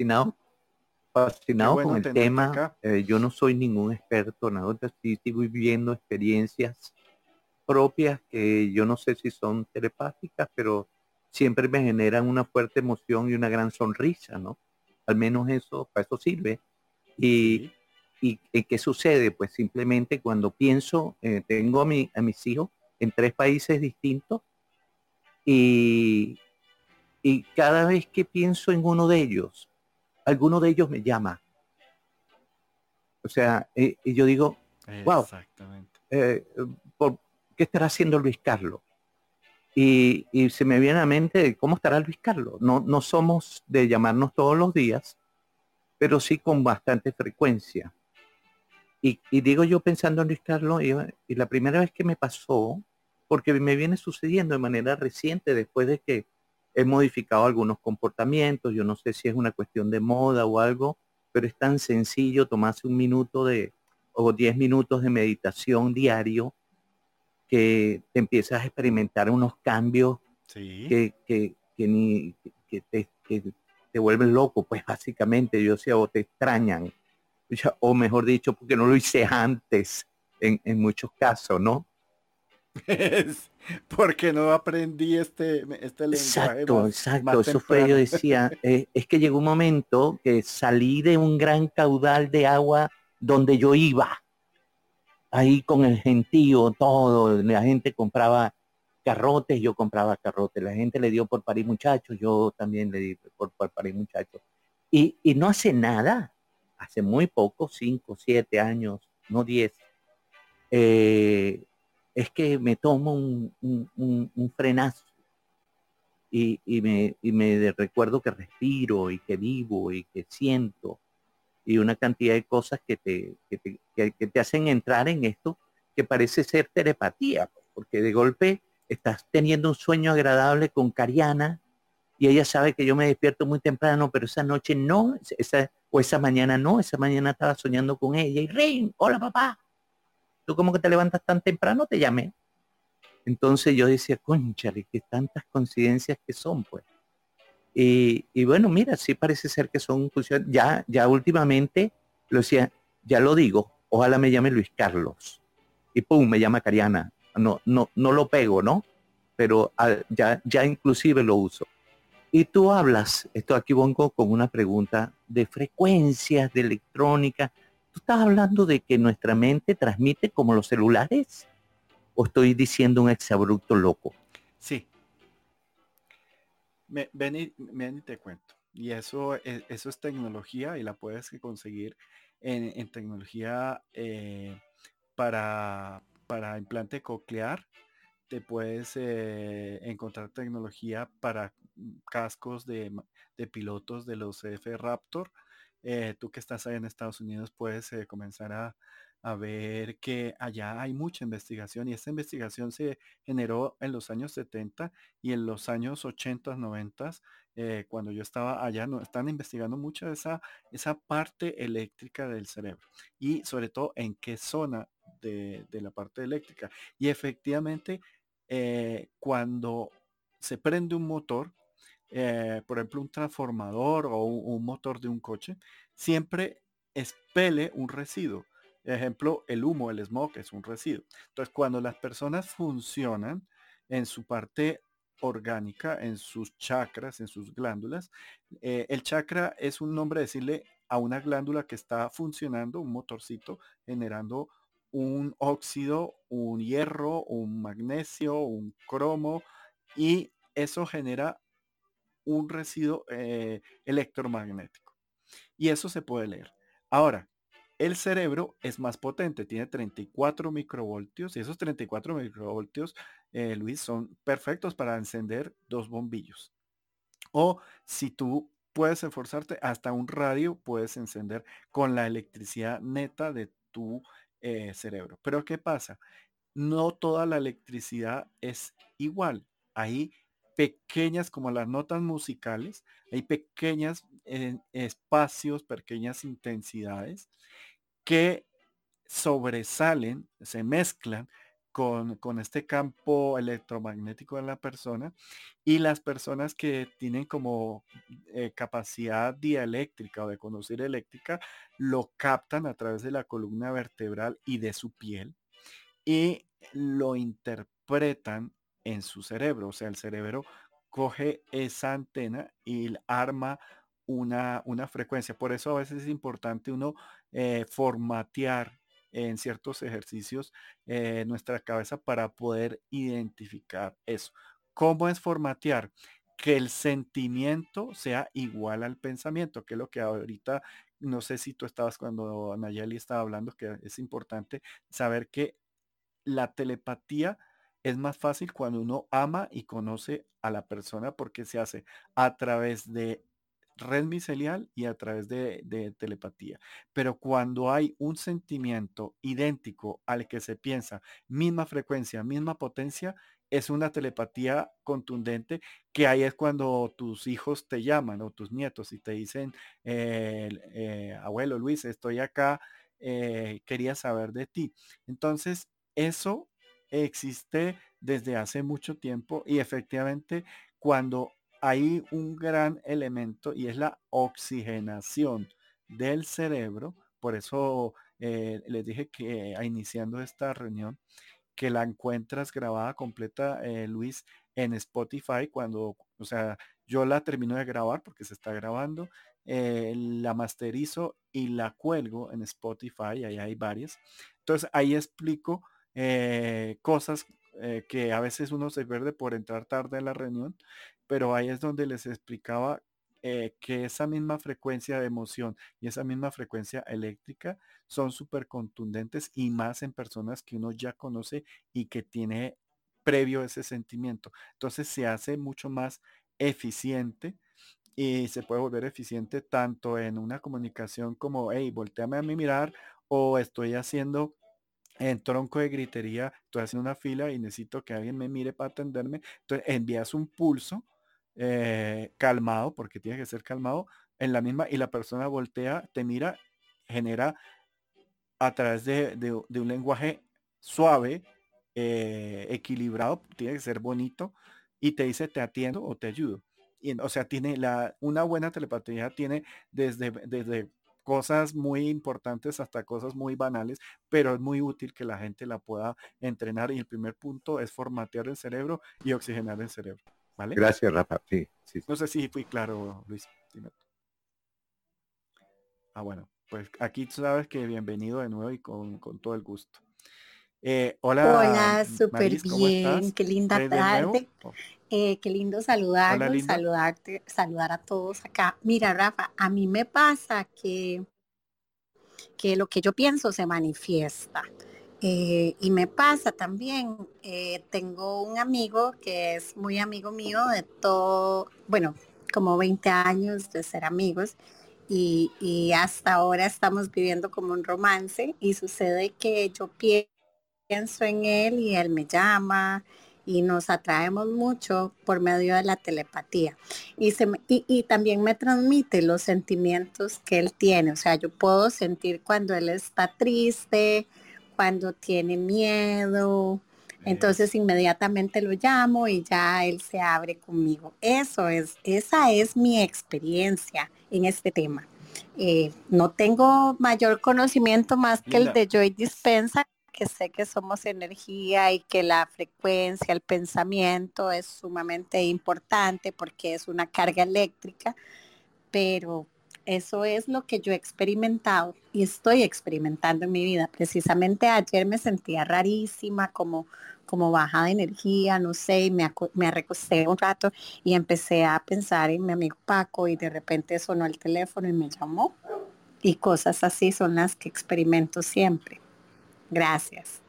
Qué fascinado con bueno el tenerte tema. acá. Yo no soy ningún experto, nada, sí estoy viviendo experiencias propias que yo no sé si son telepáticas, pero siempre me generan una fuerte emoción y una gran sonrisa, ¿no? Al menos eso, para eso sirve. Y, Sí. y ¿qué sucede? Pues simplemente cuando pienso, tengo a mis hijos en 3 países distintos y y cada vez que pienso en uno de ellos, alguno de ellos me llama. O sea, y yo digo, wow, Exactamente. ¿por qué estará haciendo Luis Carlos? Y se me viene a la mente, ¿cómo estará Luis Carlos? No, no somos de llamarnos todos los días, pero sí con bastante frecuencia. Y digo yo pensando en Luis Carlos, y la primera vez que me pasó, porque me viene sucediendo de manera reciente después de que he modificado algunos comportamientos, yo no sé si es una cuestión de moda o algo, pero es tan sencillo tomarse un minuto o 10 minutos de meditación diario que te empiezas a experimentar unos cambios Sí. que te vuelven loco, pues básicamente, yo sé, o te extrañan o mejor dicho, porque no lo hice antes en muchos casos, ¿no? Es porque no aprendí este lenguaje Exacto, exacto, más eso fue, yo temprano. decía, es que llegó un momento que salí de un gran caudal de agua donde yo iba, ahí con el gentío, todo, la gente compraba carrotes, yo compraba carrotes, la gente le dio por parir muchachos, yo también le di por parir muchachos. Y no hace nada, hace muy poco, 5, 7 años, no 10, eh, es que me tomo un frenazo y me recuerdo que respiro y que vivo y que siento y una cantidad de cosas que te hacen entrar en esto que parece ser telepatía, porque de golpe estás teniendo un sueño agradable con Cariana y ella sabe que yo me despierto muy temprano, pero esa noche no, esa mañana no, esa mañana estaba soñando con ella y Ring, hola papá, ¿tú cómo que te levantas tan temprano? Te llamé. Entonces yo decía, cónchale, que tantas coincidencias que son, pues. Y bueno, mira, sí parece ser que son funciones. Ya últimamente, lo decía, ya lo digo, ojalá me llame Luis Carlos. Y pum, me llama Cariana. No lo pego, ¿no? Pero ya inclusive lo uso. Y tú hablas, esto aquí vengo con una pregunta de frecuencias, de electrónica. ¿Tú estás hablando de que nuestra mente transmite como los celulares? ¿O estoy diciendo un exabrupto loco? Sí, ven y te cuento. Y eso es tecnología y la puedes conseguir en tecnología para implante coclear. Te puedes encontrar tecnología para cascos de pilotos de los F-Raptor. Tú que estás ahí en Estados Unidos puedes comenzar a ver que allá hay mucha investigación y esta investigación se generó en los años 70 y en los años 80, 90, cuando yo estaba allá, no, están investigando mucho esa parte eléctrica del cerebro y sobre todo en qué zona de la parte eléctrica. Y efectivamente, cuando se prende un motor, por ejemplo, un transformador o un motor de un coche, siempre expele un residuo. Ejemplo, el humo, el smog es un residuo. Entonces, cuando las personas funcionan en su parte orgánica, en sus chakras, en sus glándulas, el chakra es un nombre decirle a una glándula que está funcionando, un motorcito, generando un óxido, un hierro, un magnesio, un cromo, y eso genera un residuo electromagnético. Y eso se puede leer. Ahora, el cerebro es más potente, tiene 34 microvoltios y esos 34 microvoltios, Luis, son perfectos para encender 2 bombillos. O si tú puedes esforzarte, hasta un radio puedes encender con la electricidad neta de tu cerebro. Pero ¿qué pasa? No toda la electricidad es igual. Hay pequeñas, como las notas musicales, hay pequeñas espacios, pequeñas intensidades que sobresalen, se mezclan con este campo electromagnético de la persona y las personas que tienen como capacidad dieléctrica o de conducir eléctrica lo captan a través de la columna vertebral y de su piel y lo interpretan en su cerebro. O sea, el cerebro coge esa antena y arma una frecuencia. Por eso a veces es importante uno formatear en ciertos ejercicios nuestra cabeza para poder identificar eso. ¿Cómo es formatear? Que el sentimiento sea igual al pensamiento, que es lo que ahorita, no sé si tú estabas cuando Nayeli estaba hablando, que es importante saber que la telepatía es más fácil cuando uno ama y conoce a la persona porque se hace a través de red micelial y a través de telepatía. Pero cuando hay un sentimiento idéntico al que se piensa, misma frecuencia, misma potencia, es una telepatía contundente que ahí es cuando tus hijos te llaman o tus nietos y te dicen, abuelo Luis, estoy acá, quería saber de ti. Entonces, eso existe desde hace mucho tiempo y efectivamente cuando hay un gran elemento y es la oxigenación del cerebro, por eso les dije que iniciando esta reunión, que la encuentras grabada completa, Luis, en Spotify cuando, o sea, yo la termino de grabar porque se está grabando, la masterizo y la cuelgo en Spotify, ahí hay varias. Entonces ahí explico cosas que a veces uno se pierde por entrar tarde a la reunión, pero ahí es donde les explicaba que esa misma frecuencia de emoción y esa misma frecuencia eléctrica son súper contundentes y más en personas que uno ya conoce y que tiene previo ese sentimiento. Entonces se hace mucho más eficiente y se puede volver eficiente tanto en una comunicación como, hey, volteame a mí mirar, o estoy haciendo en tronco de gritería, estoy haciendo una fila y necesito que alguien me mire para atenderme. Entonces envías un pulso calmado, porque tiene que ser calmado, en la misma, y la persona voltea, te mira, genera a través de un lenguaje suave, equilibrado, tiene que ser bonito, y te dice te atiendo o te ayudo. Y, o sea, tiene una buena telepatía, tiene desde cosas muy importantes hasta cosas muy banales, pero es muy útil que la gente la pueda entrenar. Y el primer punto es formatear el cerebro y oxigenar el cerebro. ¿Vale? Gracias, Rafa. Sí, sí. No sé si fui claro, Luis. Dime. Bueno, pues aquí tú sabes que bienvenido de nuevo y con todo el gusto. Hola, Hola, súper Maris, ¿cómo bien, estás? qué linda ¿De nuevo? tarde, qué lindo Hola, saludarlos, linda. saludar a todos acá. Mira, Rafa, a mí me pasa que lo que yo pienso se manifiesta. Y me pasa también, tengo un amigo que es muy amigo mío de todo, bueno, como 20 años de ser amigos y hasta ahora estamos viviendo como un romance y sucede que yo pienso en él y él me llama y nos atraemos mucho por medio de la telepatía. Y también me transmite los sentimientos que él tiene. O sea, yo puedo sentir cuando él está triste, cuando tiene miedo. Entonces inmediatamente lo llamo y ya él se abre conmigo. Esa es mi experiencia en este tema. No tengo mayor conocimiento más que el Linda. de Joy Dispensa, que sé que somos energía y que la frecuencia, el pensamiento es sumamente importante porque es una carga eléctrica, pero eso es lo que yo he experimentado y estoy experimentando en mi vida. Precisamente ayer me sentía rarísima, como baja de energía, no sé, y me recosté un rato y empecé a pensar en mi amigo Paco y de repente sonó el teléfono y me llamó. Y cosas así son las que experimento siempre. Gracias.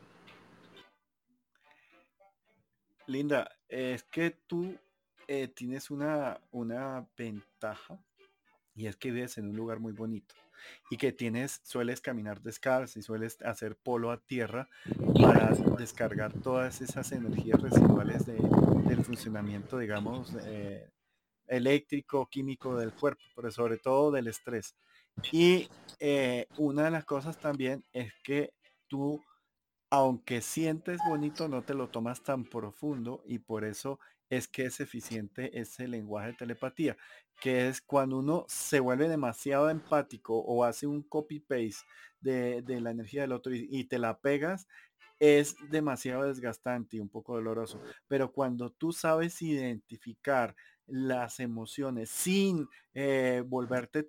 Linda, es que tú tienes una ventaja, y es que vives en un lugar muy bonito y que sueles caminar descalzo y sueles hacer polo a tierra para descargar todas esas energías residuales del funcionamiento, digamos, eléctrico, químico del cuerpo, pero sobre todo del estrés. Y una de las cosas también es que tú, aunque sientes bonito, no te lo tomas tan profundo, y por eso es que es eficiente ese lenguaje de telepatía, que es cuando uno se vuelve demasiado empático o hace un copy-paste de la energía del otro y te la pegas, es demasiado desgastante y un poco doloroso. Pero cuando tú sabes identificar las emociones sin volverte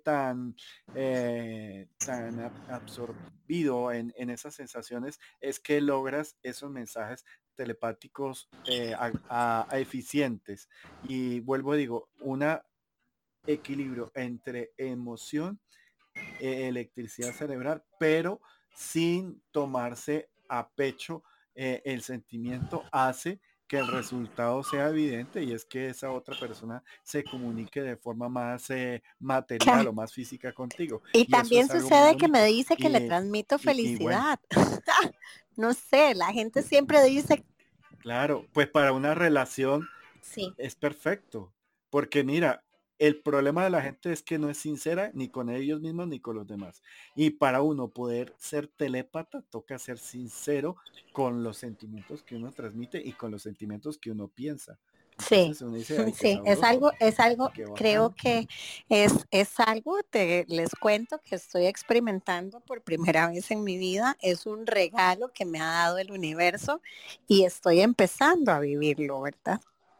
tan absorbido en esas sensaciones, es que logras esos mensajes telepáticos a eficientes. Y vuelvo, digo, un equilibrio entre emoción, electricidad cerebral, pero sin tomarse a pecho el sentimiento, hace que el resultado sea evidente, y es que esa otra persona se comunique de forma más material o más física contigo, Y y eso también es algo muy sucede que me bonito. dice que le Y, transmito y bueno, felicidad. No sé, la gente siempre dice, claro, pues para una relación sí, es perfecto, porque mira, el problema de la gente es que no es sincera ni con ellos mismos ni con los demás. Y para uno poder ser telépata, toca ser sincero con los sentimientos que uno transmite y con los sentimientos que uno piensa. sí, Entonces uno dice, ay, qué sí, sabroso, es algo, qué creo bacano. que es algo, les cuento que estoy experimentando por primera vez en mi vida, es un regalo que me ha dado el universo y estoy empezando a vivirlo, ¿verdad?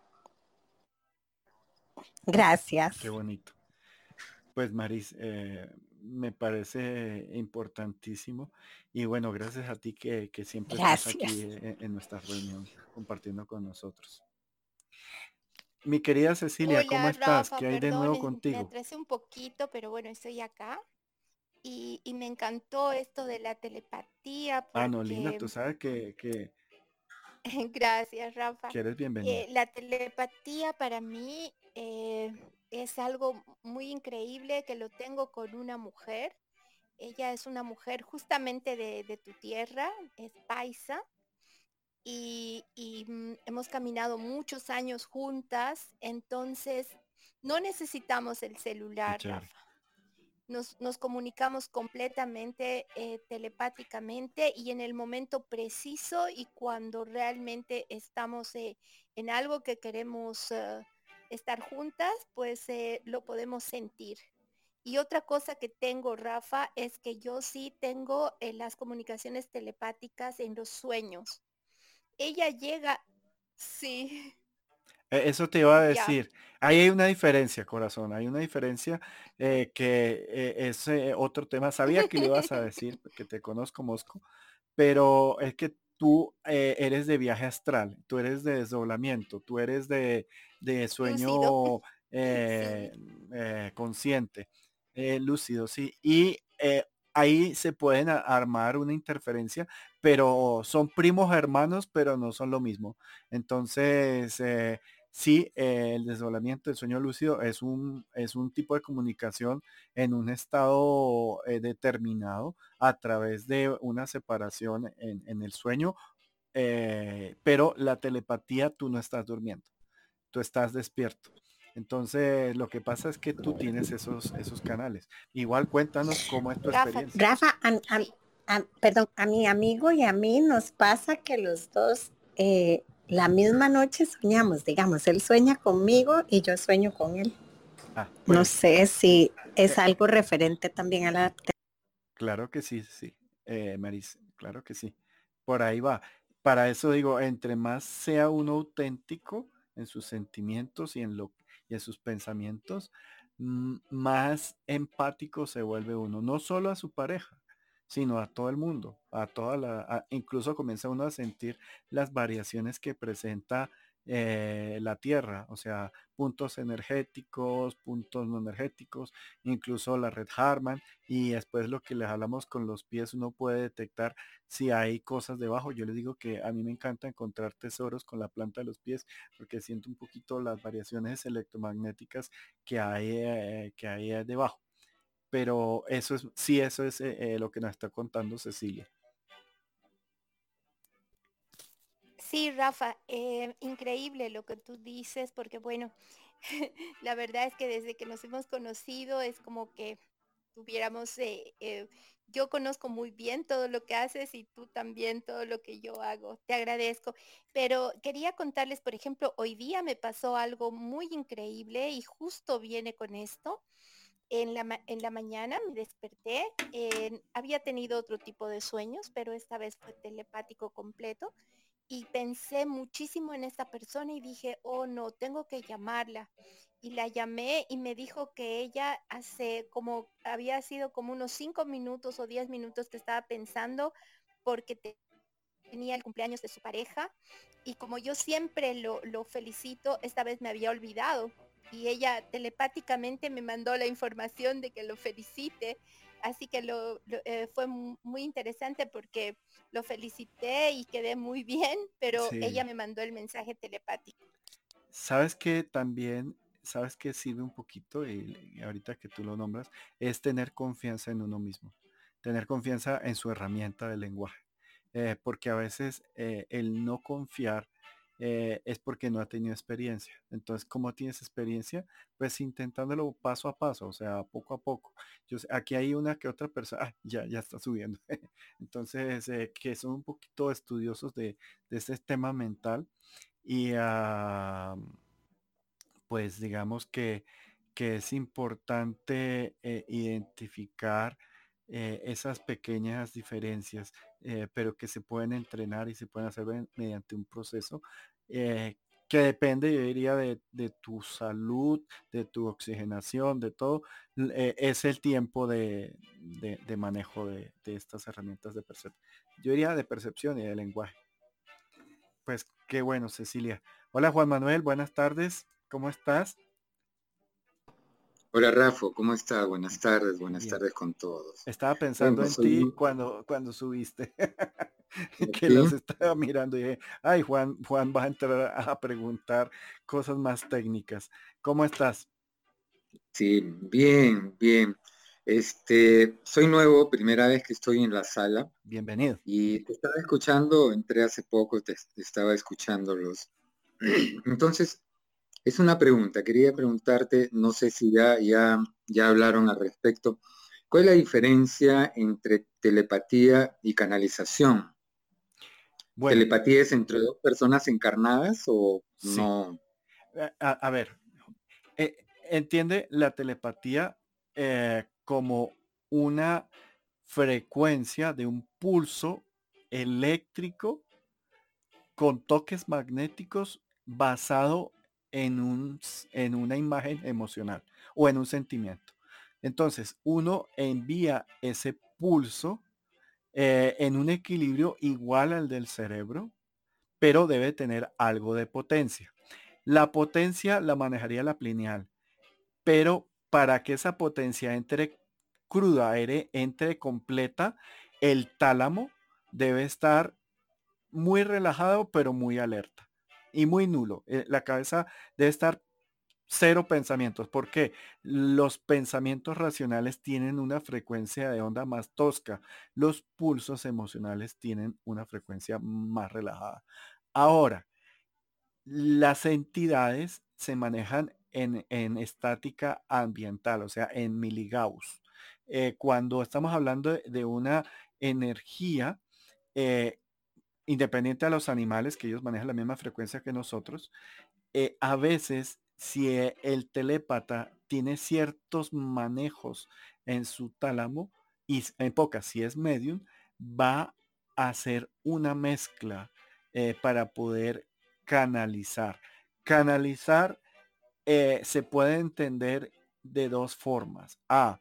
Qué Gracias, bonito. Pues Maris, me parece importantísimo, y bueno, gracias a ti que siempre estás aquí gracias. en nuestra reunión compartiendo con nosotros. Mi querida Cecilia, ¿cómo Hola estás? Rafa, ¿Qué hay de perdón, nuevo me contigo? atrasé un poquito, pero bueno, estoy acá y me encantó esto de la telepatía No, linda, tú porque, sabes gracias Rafa, que eres bienvenida. la telepatía para mí es algo muy increíble que lo tengo con una mujer. Ella es una mujer justamente de tu tierra, es paisa, y hemos caminado muchos años juntas, entonces no necesitamos el Qué celular, chévere. Rafa. Nos comunicamos completamente telepáticamente y en el momento preciso y cuando realmente estamos en algo que queremos estar juntas, pues lo podemos sentir. Y otra cosa que tengo, Rafa, es que yo sí tengo las comunicaciones telepáticas en los sueños. Ella llega, sí, Eso te iba a ya. decir. Ahí hay una diferencia, corazón. Hay una diferencia que es otro tema. Sabía que lo ibas a decir, porque te conozco, Mosco, pero es que tú eres de viaje astral, tú eres de desdoblamiento, tú eres de Lúcido, sueño sí. consciente, lúcido, sí. Y ahí se pueden armar una interferencia, pero son primos hermanos, pero no son lo mismo. Entonces, sí, el desdoblamiento, el sueño lúcido es un tipo de comunicación en un estado determinado a través de una separación en el sueño, pero la telepatía tú no estás durmiendo, tú estás despierto. Entonces, lo que pasa es que tú tienes esos canales. Igual cuéntanos cómo es tu Rafa, experiencia. Rafa, sí. perdón, a mi amigo y a mí nos pasa que los dos la misma noche soñamos, digamos, él sueña conmigo y yo sueño con él. Ah, No pues sé si es eh, algo referente también a la... claro que sí, sí, Maris, claro que sí. Por ahí va. Para eso digo, entre más sea uno auténtico en sus sentimientos y en sus pensamientos, más empático se vuelve uno, no solo a su pareja, sino a todo el mundo, incluso comienza uno a sentir las variaciones que presenta la Tierra, o sea, puntos energéticos, puntos no energéticos, incluso la red Harman. Y después lo que les hablamos con los pies, uno puede detectar si hay cosas debajo. Yo les digo que a mí me encanta encontrar tesoros con la planta de los pies porque siento un poquito las variaciones electromagnéticas que hay debajo. Pero eso es, sí, eso es lo que nos está contando Cecilia. Sí, Rafa, increíble lo que tú dices, porque bueno, la verdad es que desde que nos hemos conocido es como que tuviéramos, yo conozco muy bien todo lo que haces y tú también todo lo que yo hago. Te agradezco. Pero quería contarles, por ejemplo, hoy día me pasó algo muy increíble y justo viene con esto. En la mañana me desperté, había tenido otro tipo de sueños, pero esta vez fue telepático completo y pensé muchísimo en esta persona y dije, oh no, tengo que llamarla. Y la llamé y me dijo que ella hace como, había sido como unos 5 minutos o 10 minutos que estaba pensando porque tenía el cumpleaños de su pareja y como yo siempre lo felicito, esta vez me había olvidado y ella telepáticamente me mandó la información de que lo felicite. Así que fue muy interesante porque lo felicité y quedé muy bien, pero ella Sí. me mandó el mensaje telepático. Sabes que también, sabes que sirve un poquito, y ahorita que tú lo nombras, es tener confianza en uno mismo, tener confianza en su herramienta de lenguaje. Porque a veces el no confiar es porque no ha tenido experiencia. Entonces, ¿cómo tienes experiencia? Pues intentándolo paso a paso, o sea, poco a poco. Aquí hay una que otra persona, ya está subiendo. Entonces, que son un poquito estudiosos de este tema mental y pues digamos que es importante identificar esas pequeñas diferencias, pero que se pueden entrenar y se pueden hacer mediante un proceso eh, que depende, yo diría, de tu salud, de tu oxigenación, de todo. Es el tiempo de manejo de estas herramientas de percepción. Yo diría de percepción y de lenguaje. Pues qué bueno, Cecilia. Hola Juan Manuel, buenas tardes. ¿Cómo estás? Hola Rafa, ¿cómo está? Buenas Bien. tardes con todos. Estaba pensando Bueno, en soy ti muy... cuando subiste, que ¿Sí? los estaba mirando y dije, ay, Juan va a entrar a preguntar cosas más técnicas. ¿Cómo estás? Sí, bien, bien. Soy nuevo, primera vez que estoy en la sala Bienvenido. y te estaba escuchando, entré hace poco, te estaba escuchándolos. Entonces, es una pregunta, quería preguntarte, no sé si ya hablaron al respecto, ¿cuál es la diferencia entre telepatía y canalización? Bueno, ¿Telepatía es entre dos personas encarnadas o sí. no? A ver, entiende la telepatía como una frecuencia de un pulso eléctrico con toques magnéticos basado en una imagen emocional o en un sentimiento. Entonces, uno envía ese pulso en un equilibrio igual al del cerebro, pero debe tener algo de potencia. La potencia la manejaría la pineal, pero para que esa potencia entre cruda, entre completa, el tálamo debe estar muy relajado, pero muy alerta y muy nulo. La cabeza debe estar cero pensamientos, porque los pensamientos racionales tienen una frecuencia de onda más tosca. Los pulsos emocionales tienen una frecuencia más relajada. Ahora, las entidades se manejan en estática ambiental, o sea, en miligauss. Cuando estamos hablando de una energía, eh, independiente a los animales, que ellos manejan la misma frecuencia que nosotros, a veces si el telépata tiene ciertos manejos en su tálamo, y en pocas, si es medium, va a hacer una mezcla para poder canalizar. Canalizar se puede entender de dos formas.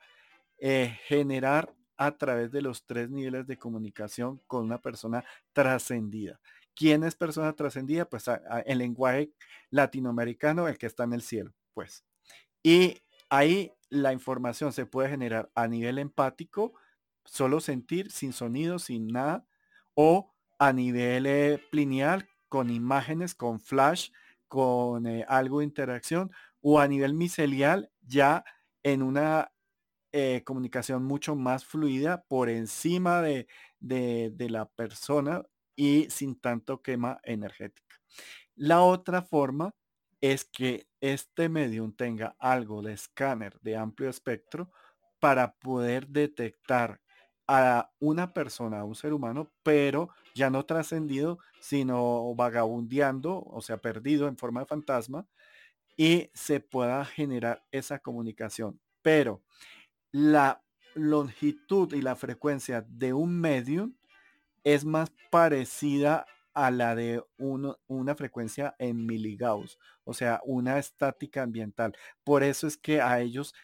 Generar a través de los tres niveles de comunicación con una persona trascendida. ¿Quién es persona trascendida? Pues el lenguaje latinoamericano, el que está en el cielo, pues. Y ahí la información se puede generar a nivel empático, solo sentir, sin sonido, sin nada, o a nivel lineal, con imágenes, con flash, con algo de interacción, o a nivel micelial, ya en una comunicación mucho más fluida por encima de la persona y sin tanto quema energética. La otra forma es que este medium tenga algo de escáner de amplio espectro para poder detectar a una persona, a un ser humano, pero ya no trascendido, sino vagabundeando, o sea, perdido en forma de fantasma, y se pueda generar esa comunicación. Pero la longitud y la frecuencia de un medium es más parecida a la de una frecuencia en miligauss, o sea, una estática ambiental. Por eso es que a ellos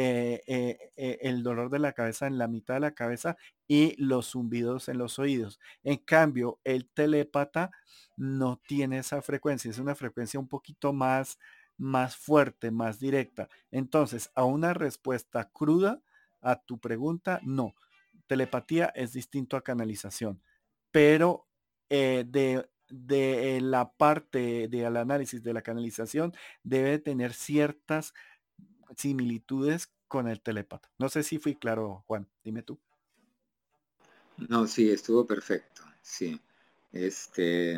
el dolor de la cabeza en la mitad de la cabeza y los zumbidos en los oídos. En cambio, el telépata no tiene esa frecuencia, es una frecuencia un poquito más fuerte, más directa. Entonces, a una respuesta cruda a tu pregunta, no. Telepatía es distinto a canalización, pero de la parte del análisis de la canalización debe tener ciertas similitudes con el telépata. No sé si fui claro, Juan, dime tú. No, sí, estuvo perfecto, sí. Este,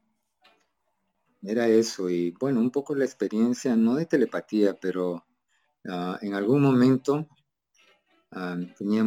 Era eso, y bueno, un poco la experiencia, no de telepatía, pero en algún momento tenía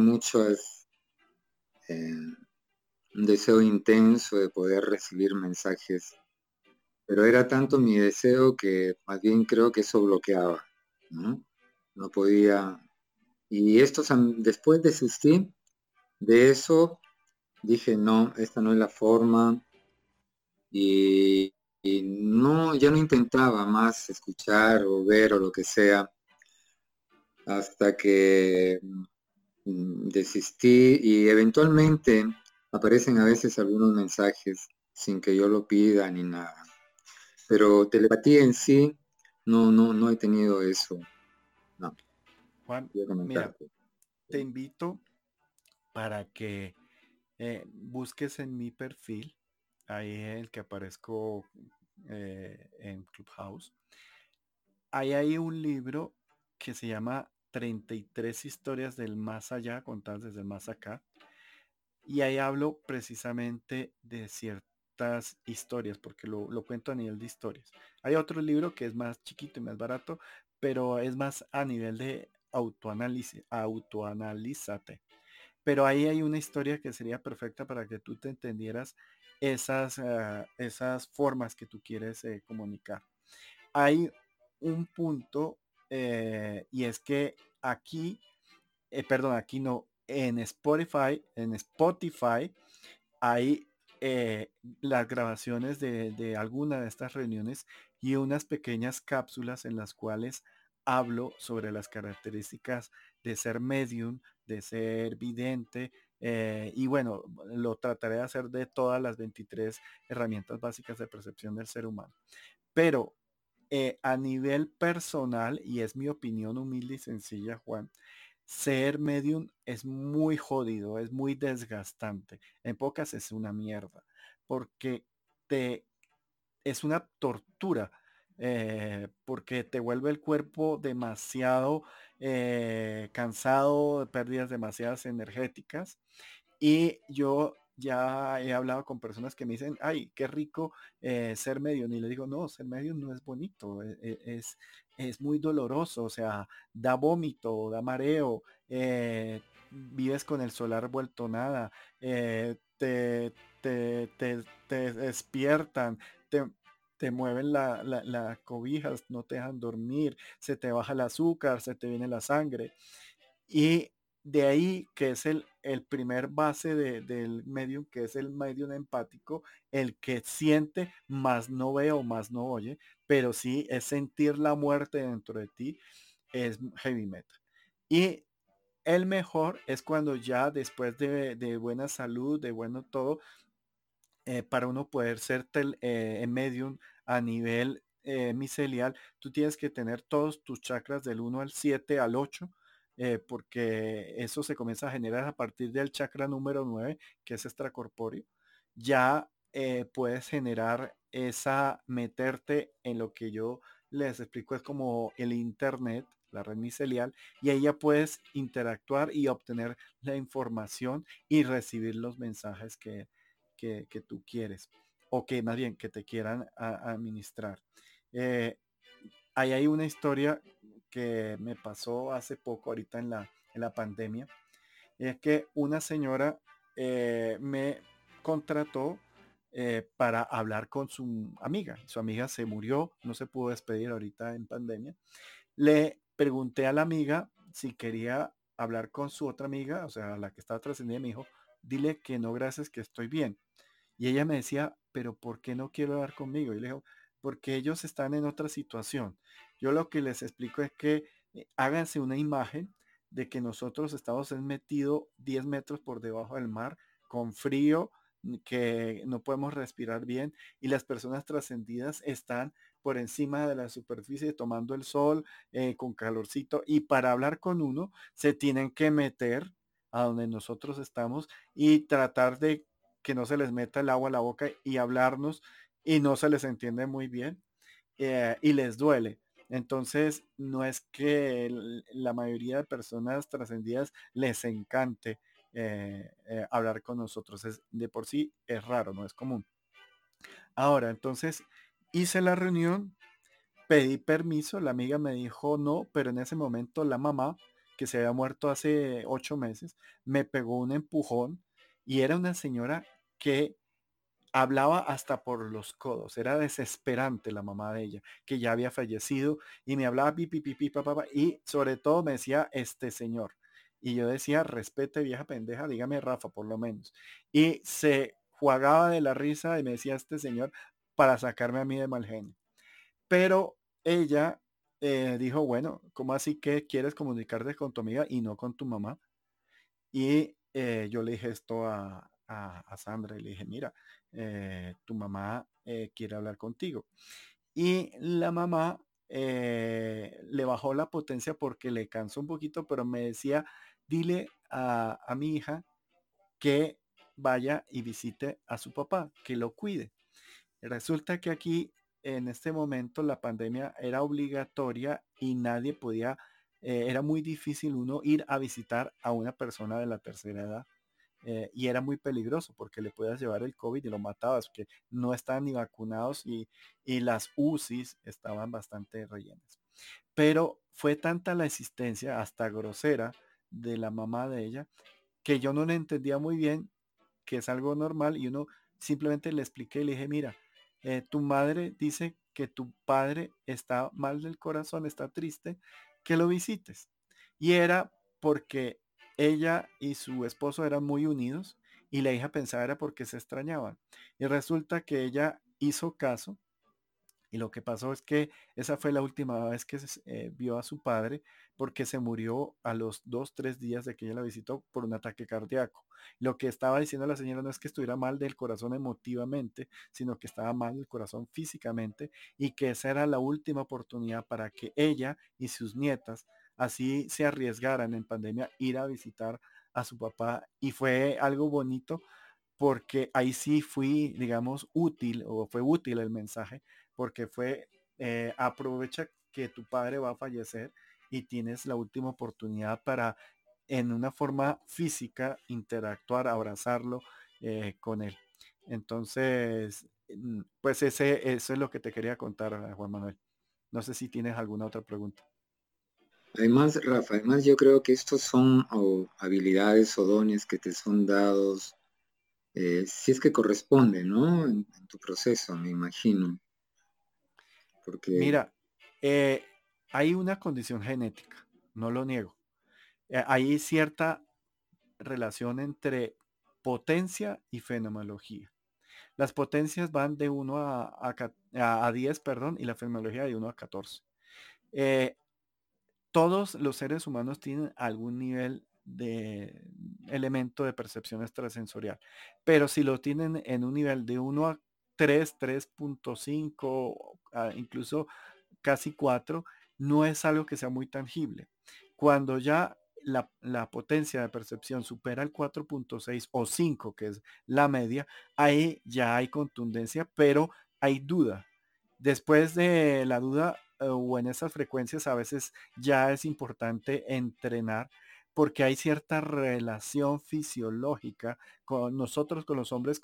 eh, un deseo intenso de poder recibir mensajes, pero era tanto mi deseo que más bien creo que eso bloqueaba, ¿no? No podía, y después desistí de eso, dije, no, esta no es la forma, y, y no, ya no intentaba más escuchar o ver o lo que sea, hasta que desistí y eventualmente aparecen a veces algunos mensajes sin que yo lo pida ni nada. Pero telepatía en sí, no he tenido eso. No, Juan, quiero mira, comentarte. te invito para que busques en mi perfil, ahí el que aparezco en Clubhouse. Ahí hay un libro que se llama 33 historias del más allá, contadas desde el más acá. Y ahí hablo precisamente de ciertas historias, porque lo cuento a nivel de historias. Hay otro libro que es más chiquito y más barato, pero es más a nivel de autoanálisis, autoanalízate. Pero ahí hay una historia que sería perfecta para que tú te entendieras esas formas que tú quieres comunicar. Hay un punto y es que aquí, perdón, aquí no, en Spotify hay las grabaciones de alguna de estas reuniones y unas pequeñas cápsulas en las cuales hablo sobre las características de ser medium, de ser vidente, y bueno, lo trataré de hacer de todas las 23 herramientas básicas de percepción del ser humano. Pero a nivel personal, y es mi opinión humilde y sencilla, Juan, ser medium es muy jodido, es muy desgastante. En pocas es una mierda, porque te es una tortura, porque te vuelve el cuerpo demasiado cansado, pérdidas demasiadas energéticas. Y yo ya he hablado con personas que me dicen, ay, qué rico ser medium. Y le digo, no, ser medium no es bonito, es muy doloroso, o sea, da vómito, da mareo, vives con el solar vuelto nada, te despiertan, te, te mueven las cobijas, no te dejan dormir, se te baja el azúcar, se te viene la sangre. Y de ahí, que es el primer base del medium, que es el medium empático, el que siente, más no ve o más no oye, pero sí es sentir la muerte dentro de ti, es heavy metal. Y el mejor es cuando ya después de buena salud, de bueno todo, para uno poder ser medium a nivel micelial, tú tienes que tener todos tus chakras del 1 al 7 al 8, porque eso se comienza a generar a partir del chakra número 9, que es extracorpóreo. Ya puedes generar meterte en lo que yo les explico, es como el internet, la red micelial, y ahí ya puedes interactuar y obtener la información y recibir los mensajes que tú quieres, o que más bien que te quieran administrar. Ahí hay una historia que me pasó hace poco, ahorita en la pandemia, es que una señora me contrató para hablar con su amiga. Su amiga se murió, no se pudo despedir ahorita en pandemia. Le pregunté a la amiga si quería hablar con su otra amiga, o sea, la que estaba trascendida, me dijo, dile que no, gracias, que estoy bien. Y ella me decía, pero ¿por qué no quiero hablar conmigo? Y le digo, porque ellos están en otra situación. Yo lo que les explico es que háganse una imagen de que nosotros estamos metidos 10 metros por debajo del mar, con frío, que no podemos respirar bien, y las personas trascendidas están por encima de la superficie tomando el sol, con calorcito, y para hablar con uno se tienen que meter a donde nosotros estamos y tratar de que no se les meta el agua a la boca y hablarnos, y no se les entiende muy bien, y les duele. Entonces, no es que la mayoría de personas trascendidas les encante hablar con nosotros. De por sí es raro, no es común. Ahora, entonces, hice la reunión, pedí permiso, la amiga me dijo no, pero en ese momento la mamá, que se había muerto hace 8 meses, me pegó un empujón, y era una señora que hablaba hasta por los codos, era desesperante la mamá de ella, que ya había fallecido, y me hablaba pipi, pipi, papá, y sobre todo me decía este señor. Y yo decía, respete vieja pendeja, dígame Rafa por lo menos. Y se jugaba de la risa y me decía este señor para sacarme a mí de mal genio. Pero ella dijo, bueno, ¿cómo así que quieres comunicarte con tu amiga y no con tu mamá? Y yo le dije esto a Sandra y le dije, mira, tu mamá quiere hablar contigo. Y la mamá le bajó la potencia porque le cansó un poquito, pero me decía, dile a mi hija que vaya y visite a su papá, que lo cuide. Resulta que aquí en este momento la pandemia era obligatoria y nadie podía era muy difícil uno ir a visitar a una persona de la tercera edad. Y era muy peligroso porque le podías llevar el COVID y lo matabas, porque no estaban ni vacunados y las UCIs estaban bastante rellenas. Pero fue tanta la existencia, hasta grosera, de la mamá de ella, que yo no le entendía muy bien, que es algo normal, y uno simplemente le expliqué y le dije, mira, tu madre dice que tu padre está mal del corazón, está triste, que lo visites. Y era porque ella y su esposo eran muy unidos y la hija pensaba era porque se extrañaban. Y resulta que ella hizo caso y lo que pasó es que esa fue la última vez que vio a su padre porque se murió a los 2, 3 días de que ella la visitó por un ataque cardíaco. Lo que estaba diciendo la señora no es que estuviera mal del corazón emotivamente, sino que estaba mal del corazón físicamente y que esa era la última oportunidad para que ella y sus nietas así se arriesgaran en pandemia ir a visitar a su papá. Y fue algo bonito porque ahí sí fui, digamos, útil o fue útil el mensaje, porque fue, aprovecha que tu padre va a fallecer y tienes la última oportunidad para, en una forma física, interactuar, abrazarlo con él. Entonces, pues eso es lo que te quería contar, Juan Manuel. No sé si tienes alguna otra pregunta. Además, Rafa, además yo creo que estos son habilidades o dones que te son dados, si es que corresponde, ¿no? En tu proceso, me imagino. Porque, Mira, hay una condición genética, no lo niego. Hay cierta relación entre potencia y fenomenología. Las potencias van de 1 a 10, perdón, y la fenomenología de 1 a 14. Todos los seres humanos tienen algún nivel de elemento de percepción extrasensorial, pero si lo tienen en un nivel de 1 a 3, 3.5, incluso casi 4, no es algo que sea muy tangible. Cuando ya la potencia de percepción supera el 4.6 o 5, que es la media, ahí ya hay contundencia, pero hay duda. Después de la duda o en esas frecuencias a veces ya es importante entrenar porque hay cierta relación fisiológica con nosotros, con los hombres,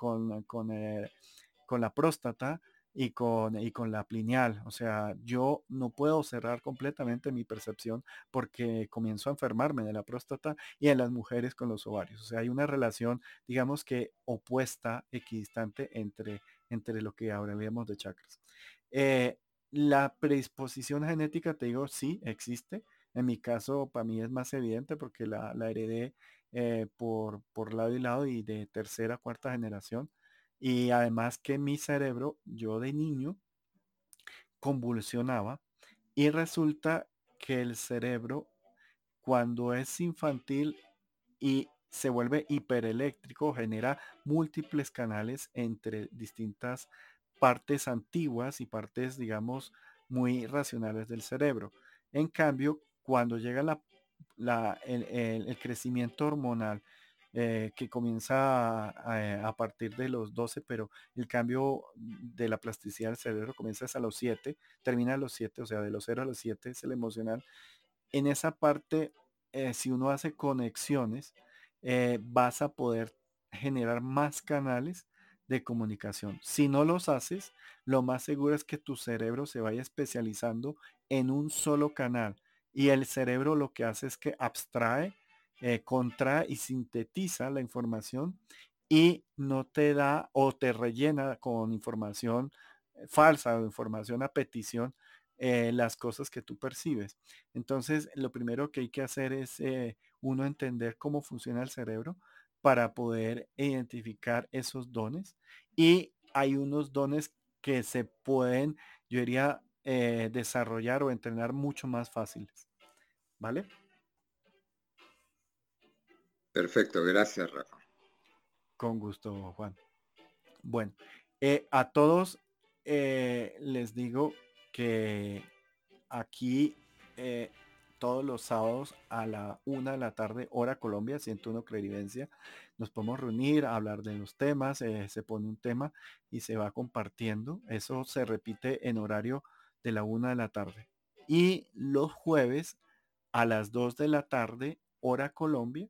con la próstata y con la pineal. O sea, yo no puedo cerrar completamente mi percepción porque comienzo a enfermarme de la próstata y en las mujeres con los ovarios. O sea, hay una relación, digamos que opuesta, equidistante entre lo que hablaríamos de chakras. Eh, la predisposición genética, te digo, sí, existe. En mi caso, para mí es más evidente porque la heredé por lado y lado y de tercera, cuarta generación. Y además que mi cerebro, yo de niño, convulsionaba y resulta que el cerebro, cuando es infantil y se vuelve hipereléctrico, genera múltiples canales entre distintas partes antiguas y partes, digamos, muy racionales del cerebro. En cambio, cuando llega el crecimiento hormonal, que comienza a partir de los 12, pero el cambio de la plasticidad del cerebro comienza a los 7, termina a los 7, o sea, de los 0 a los 7 es el emocional. En esa parte, si uno hace conexiones, vas a poder generar más canales de comunicación. Si no los haces, lo más seguro es que tu cerebro se vaya especializando en un solo canal. Y el cerebro lo que hace es que abstrae, contrae y sintetiza la información y no te da o te rellena con información falsa o información a petición las cosas que tú percibes. Entonces, lo primero que hay que hacer es uno entender cómo funciona el cerebro para poder identificar esos dones. Y hay unos dones que se pueden, yo diría, desarrollar o entrenar mucho más fáciles. ¿Vale? perfecto, gracias, Rafa. Con gusto, Juan. Bueno, a todos les digo que aquí todos los sábados a la 1 de la tarde, hora Colombia, 101 Clarividencia, nos podemos reunir, hablar de los temas, se pone un tema y se va compartiendo. Eso se repite en horario de la 1 de la tarde. Y los jueves a las 2 de la tarde, hora Colombia,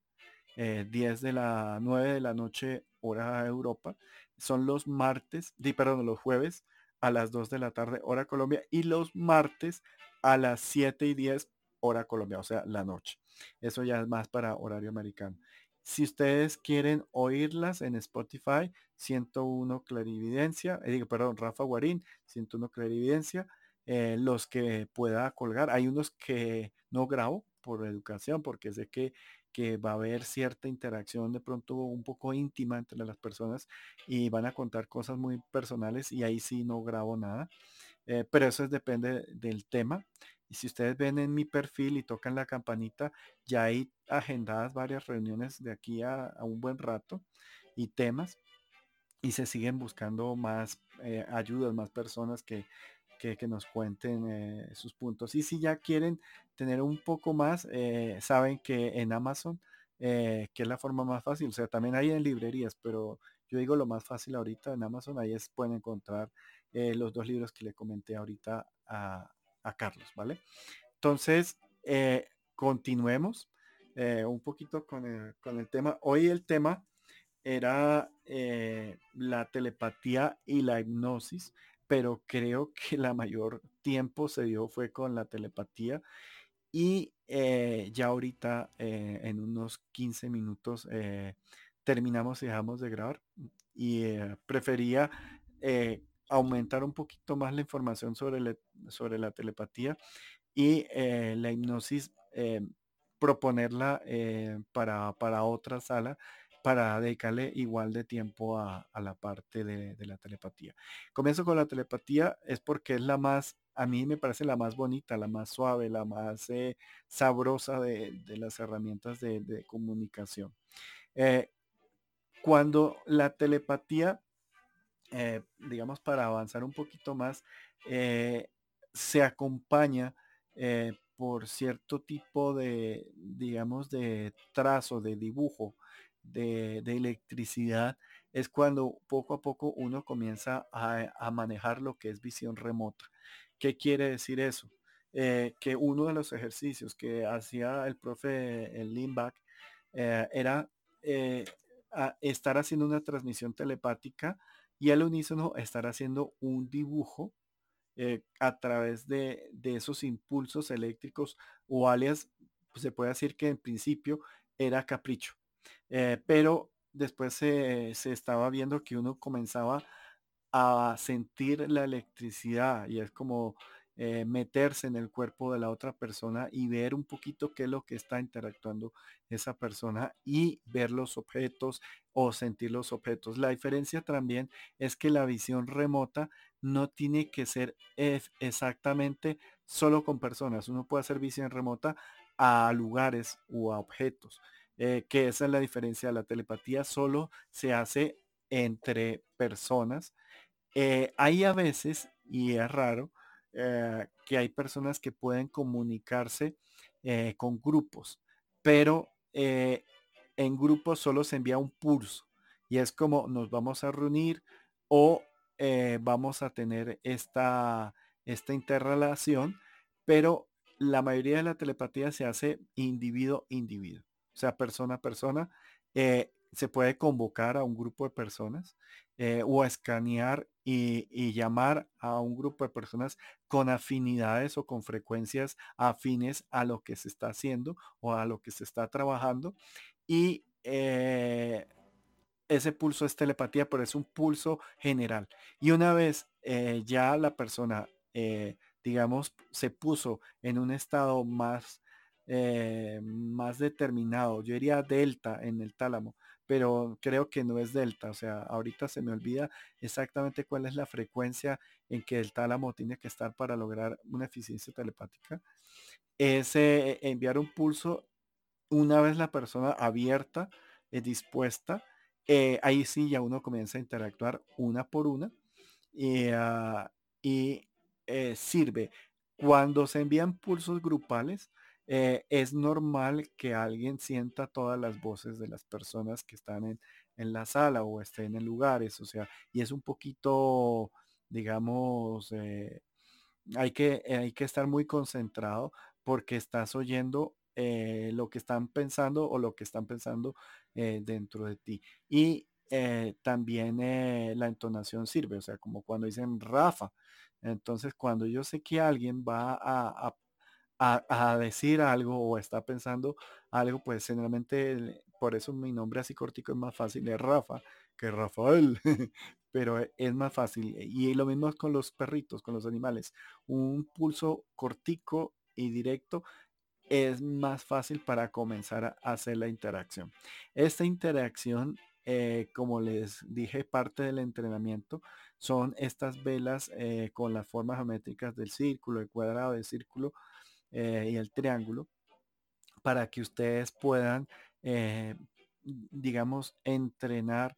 9 de la noche, hora Europa. Son los martes, perdón, los jueves a las 2 de la tarde, hora Colombia, y los martes a las 7:10, hora Colombia, o sea, la noche. Eso ya es más para horario americano. Si ustedes quieren oírlas en Spotify, 101 Clarividencia, perdón, Rafa Guarín, 101 Clarividencia, los que pueda colgar. Hay unos que no grabo por educación, porque sé que va a haber cierta interacción de pronto un poco íntima entre las personas y van a contar cosas muy personales y ahí sí no grabo nada. Pero eso depende del tema. Y si ustedes ven en mi perfil y tocan la campanita, ya hay agendadas varias reuniones de aquí a un buen rato y temas. Y se siguen buscando más ayudas, más personas que nos cuenten sus puntos. Y si ya quieren tener un poco más, saben que en Amazon, que es la forma más fácil, o sea, también hay en librerías, pero yo digo lo más fácil ahorita en Amazon, pueden encontrar los 2 libros que le comenté ahorita a Carlos, ¿vale? Entonces, continuemos un poquito con el tema. Hoy el tema era la telepatía y la hipnosis, pero creo que la mayor tiempo se dio fue con la telepatía y ya ahorita en unos 15 minutos terminamos y dejamos de grabar y prefería aumentar un poquito más la información sobre la telepatía y la hipnosis, proponerla para otra sala para dedicarle igual de tiempo a la parte de la telepatía. Comienzo con la telepatía, es porque es la más, a mí me parece la más bonita, la más suave, la más sabrosa de las herramientas de comunicación. Eh, Cuando la telepatía, digamos, para avanzar un poquito más, se acompaña por cierto tipo de, digamos, de trazo, de dibujo, de electricidad, es cuando poco a poco uno comienza a manejar lo que es visión remota. ¿Qué quiere decir eso? Que uno de los ejercicios que hacía el profe Lindbach era estar haciendo una transmisión telepática y al unísono estar haciendo un dibujo a través de esos impulsos eléctricos o alias, pues, se puede decir que en principio era capricho, pero después se estaba viendo que uno comenzaba a sentir la electricidad y es como meterse en el cuerpo de la otra persona y ver un poquito qué es lo que está interactuando esa persona y ver los objetos o sentir los objetos. La diferencia también es que la visión remota no tiene que ser exactamente solo con personas. Uno puede hacer visión remota a lugares o a objetos, que esa es la diferencia. La telepatía solo se hace entre personas. Hay a veces, y es raro, que hay personas que pueden comunicarse con grupos, pero en grupos solo se envía un pulso y es como nos vamos a reunir o vamos a tener esta interrelación, pero la mayoría de la telepatía se hace individuo a individuo, o sea, persona a persona. Se puede convocar a un grupo de personas o a escanear y llamar a un grupo de personas con afinidades o con frecuencias afines a lo que se está haciendo o a lo que se está trabajando. Y ese pulso es telepatía, pero es un pulso general. Y una vez ya la persona, digamos, se puso en un estado más determinado, yo diría delta en el tálamo, pero creo que no es delta, o sea, ahorita se me olvida exactamente cuál es la frecuencia en que el tálamo tiene que estar para lograr una eficiencia telepática. Es enviar un pulso una vez la persona abierta, dispuesta, ahí sí ya uno comienza a interactuar una por una y y, sirve. Cuando se envían pulsos grupales, es normal que alguien sienta todas las voces de las personas que están en la sala o estén en lugares, o sea, y es un poquito, digamos, hay que estar muy concentrado porque estás oyendo lo que están pensando o lo que están pensando dentro de ti. Y también la entonación sirve, o sea, como cuando dicen Rafa. Entonces, cuando yo sé que alguien va a decir algo o está pensando algo, pues generalmente por eso mi nombre así cortico es más fácil, es Rafa que Rafael, pero es más fácil. Y lo mismo es con los perritos, con los animales. Un pulso cortico y directo es más fácil para comenzar a hacer la interacción. Esta interacción, como les dije, parte del entrenamiento son estas velas con las formas geométricas del círculo, el cuadrado, del círculo y el triángulo, para que ustedes puedan, digamos, entrenar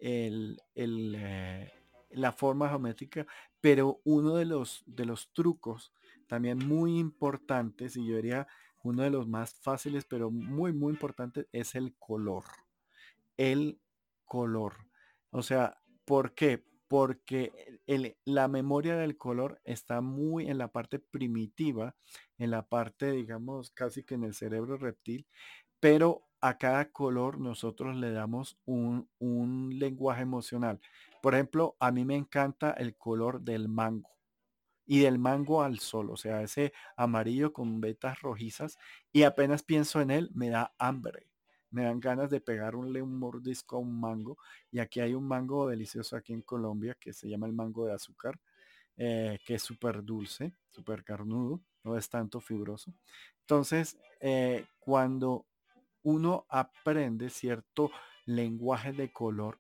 la forma geométrica. Pero uno de los trucos también muy importantes, y yo diría uno de los más fáciles, pero muy, muy importante, es el color. El color. O sea, ¿por qué? Porque la memoria del color está muy en la parte primitiva, en la parte, digamos, casi que en el cerebro reptil, pero a cada color nosotros le damos un lenguaje emocional. Por ejemplo, a mí me encanta el color del mango y del mango al sol, o sea, ese amarillo con vetas rojizas, y apenas pienso en él, me da hambre. Me dan ganas de pegarle un mordisco a un mango. Y aquí hay un mango delicioso aquí en Colombia que se llama el mango de azúcar, que es súper dulce, súper carnudo, no es tanto fibroso. Entonces, cuando uno aprende cierto lenguaje de color,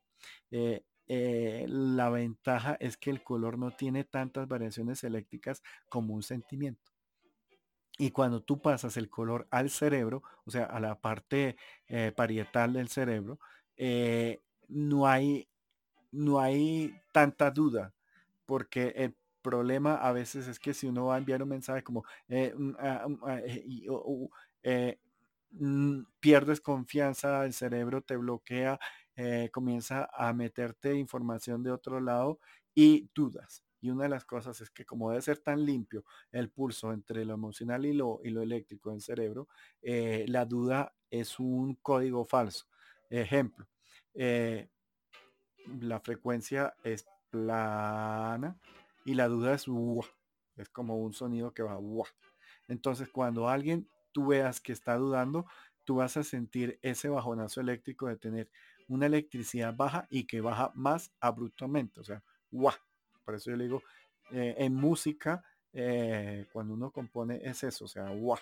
la ventaja es que el color no tiene tantas variaciones eléctricas como un sentimiento. Y cuando tú pasas el color al cerebro, o sea, a la parte parietal del cerebro, eh, no hay, no hay tanta duda, porque el problema a veces es que si uno va a enviar un mensaje como pierdes confianza, el cerebro te bloquea, comienza a meterte información de otro lado y dudas. Y una de las cosas es que como debe ser tan limpio el pulso entre lo emocional y lo eléctrico del cerebro, la duda es un código falso. Ejemplo, eh, la frecuencia es plana y la duda es "uah", es como un sonido que va "uah". Entonces, cuando alguien tú veas que está dudando, tú vas a sentir ese bajonazo eléctrico de tener una electricidad baja y que baja más abruptamente, o sea, "uah". Por eso yo le digo, en música, cuando uno compone es eso, o sea, "uah".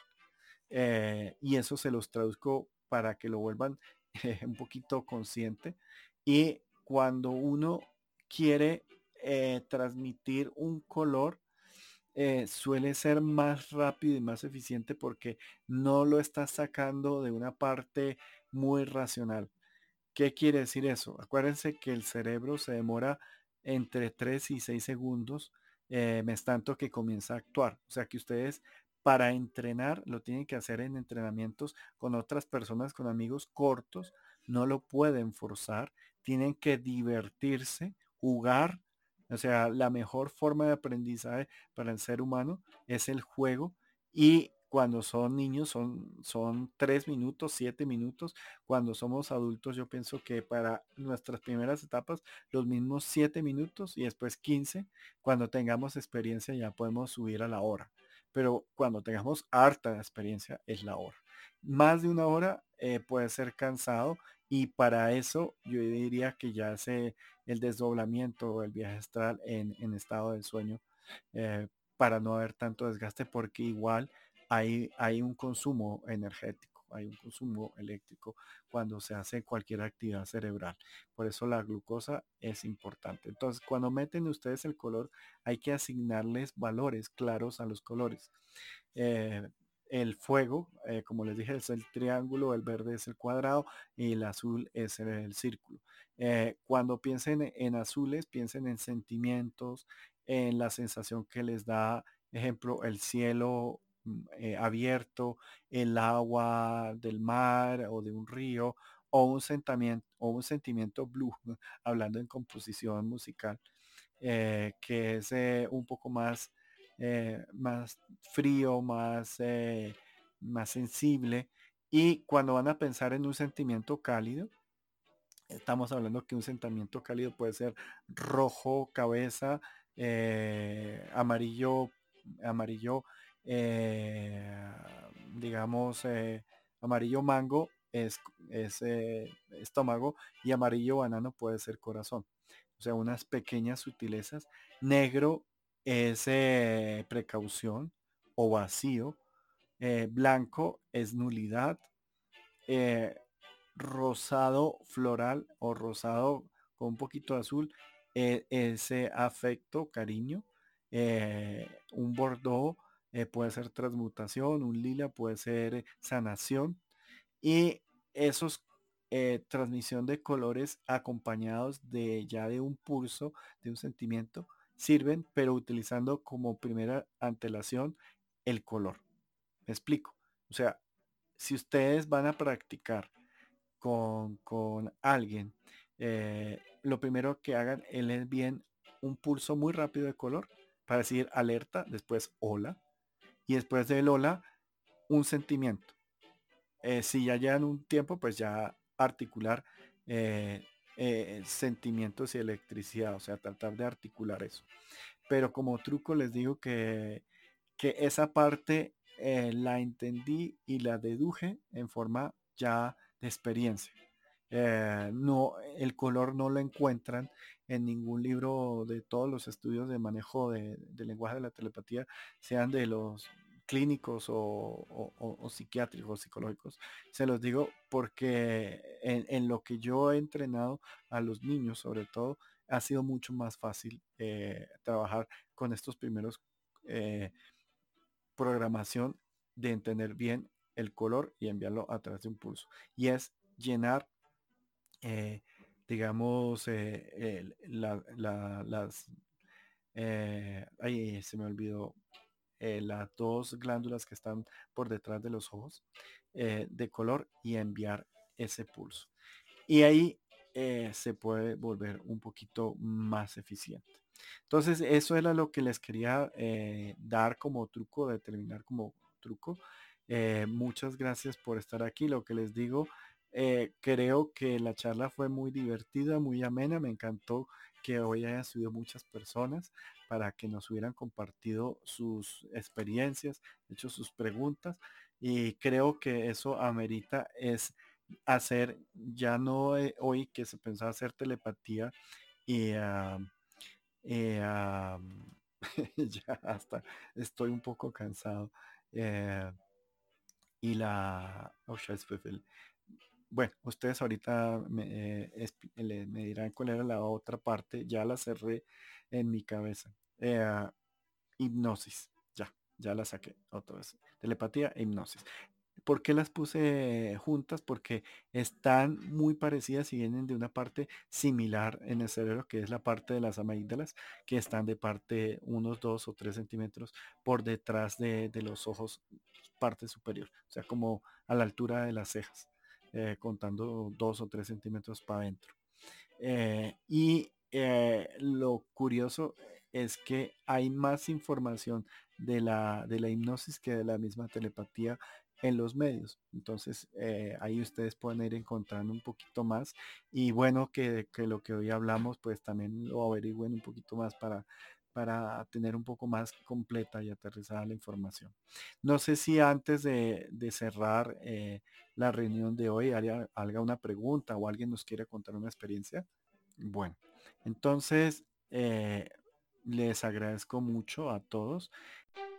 Y eso se los traduzco para que lo vuelvan un poquito consciente. Y cuando uno quiere transmitir un color, suele ser más rápido y más eficiente porque no lo estás sacando de una parte muy racional. ¿Qué quiere decir eso? Acuérdense que el cerebro se demora entre 3 y 6 segundos, mes tanto que comienza a actuar. O sea que ustedes para entrenar lo tienen que hacer en entrenamientos con otras personas, con amigos cortos. No lo pueden forzar. Tienen que divertirse, jugar. O sea, la mejor forma de aprendizaje para el ser humano es el juego. Y cuando son niños son 3 minutos, 7 minutos. Cuando somos adultos, yo pienso que para nuestras primeras etapas, los mismos 7 minutos y después 15. Cuando tengamos experiencia ya podemos subir a la hora. Pero cuando tengamos harta experiencia es la hora. Más de una hora puede ser cansado, y para eso yo diría que ya hace el desdoblamiento o el viaje astral en estado de sueño, eh, para no haber tanto desgaste, porque igual hay un consumo energético, hay un consumo eléctrico cuando se hace cualquier actividad cerebral. Por eso la glucosa es importante. Entonces, cuando meten ustedes el color, hay que asignarles valores claros a los colores. Eh, el fuego, como les dije, es el triángulo, el verde es el cuadrado y el azul es el círculo. Cuando piensen en azules, piensen en sentimientos, en la sensación que les da, ejemplo, el cielo abierto, el agua del mar o de un río, o un sentimiento blue, hablando en composición musical, que es un poco más más frío, más sensible. Y cuando van a pensar en un sentimiento cálido, estamos hablando que un sentimiento cálido puede ser rojo, cabeza, amarillo, amarillo, eh, digamos, amarillo mango es estómago y amarillo banano puede ser corazón. O sea, unas pequeñas sutilezas. Negro es precaución o vacío. Blanco es nulidad. eh, Rosado floral o rosado con un poquito de azul, ese afecto, cariño. Un bordeaux puede ser transmutación, un lila puede ser sanación. Y esos transmisión de colores acompañados de ya de un pulso, de un sentimiento, sirven, pero utilizando como primera antelación el color. Me explico. O sea, si ustedes van a practicar con alguien, lo primero que hagan es bien un pulso muy rápido de color para decir alerta, después hola, y después del hola, un sentimiento. Si ya llevan un tiempo, pues ya articular sentimientos y electricidad, o sea, tratar de articular eso. Pero como truco les digo que esa parte la entendí y la deduje en forma ya de experiencia. No, el color no lo encuentran en ningún libro de todos los estudios de manejo de lenguaje de la telepatía, sean de los clínicos o psiquiátricos, psicológicos. Se los digo porque en lo que yo he entrenado a los niños, sobre todo, ha sido mucho más fácil trabajar con estos primeros programación de entender bien el color y enviarlo a través de un pulso. Y es llenar eh, digamos, las, ahí se me olvidó, las dos glándulas que están por detrás de los ojos de color y enviar ese pulso. Y ahí se puede volver un poquito más eficiente. Entonces, eso era lo que les quería dar como truco, determinar como truco. Muchas gracias por estar aquí. Lo que les digo, creo que la charla fue muy divertida, muy amena. Me encantó que hoy hayan subido muchas personas para que nos hubieran compartido sus experiencias, hecho sus preguntas. Y creo que eso amerita es hacer, ya no hoy que se pensaba hacer telepatía y ya hasta estoy un poco cansado. Y oh, bueno, ustedes ahorita me dirán cuál era la otra parte, ya la cerré en mi cabeza. Hipnosis, ya la saqué otra vez. Telepatía e hipnosis. ¿Por qué las puse juntas? Porque están muy parecidas y vienen de una parte similar en el cerebro, que es la parte de las amígdalas, que están de parte unos 2 o 3 centímetros por detrás de los ojos, parte superior, o sea, como a la altura de las cejas, contando 2 o 3 centímetros para adentro. Y lo curioso es que hay más información de la hipnosis que de la misma telepatía en los medios. Entonces ahí ustedes pueden ir encontrando un poquito más y bueno que lo que hoy hablamos pues también lo averigüen un poquito más para tener un poco más completa y aterrizada la información. No sé si antes de cerrar la reunión de hoy haga una pregunta o alguien nos quiere contar una experiencia. Bueno, entonces les agradezco mucho a todos.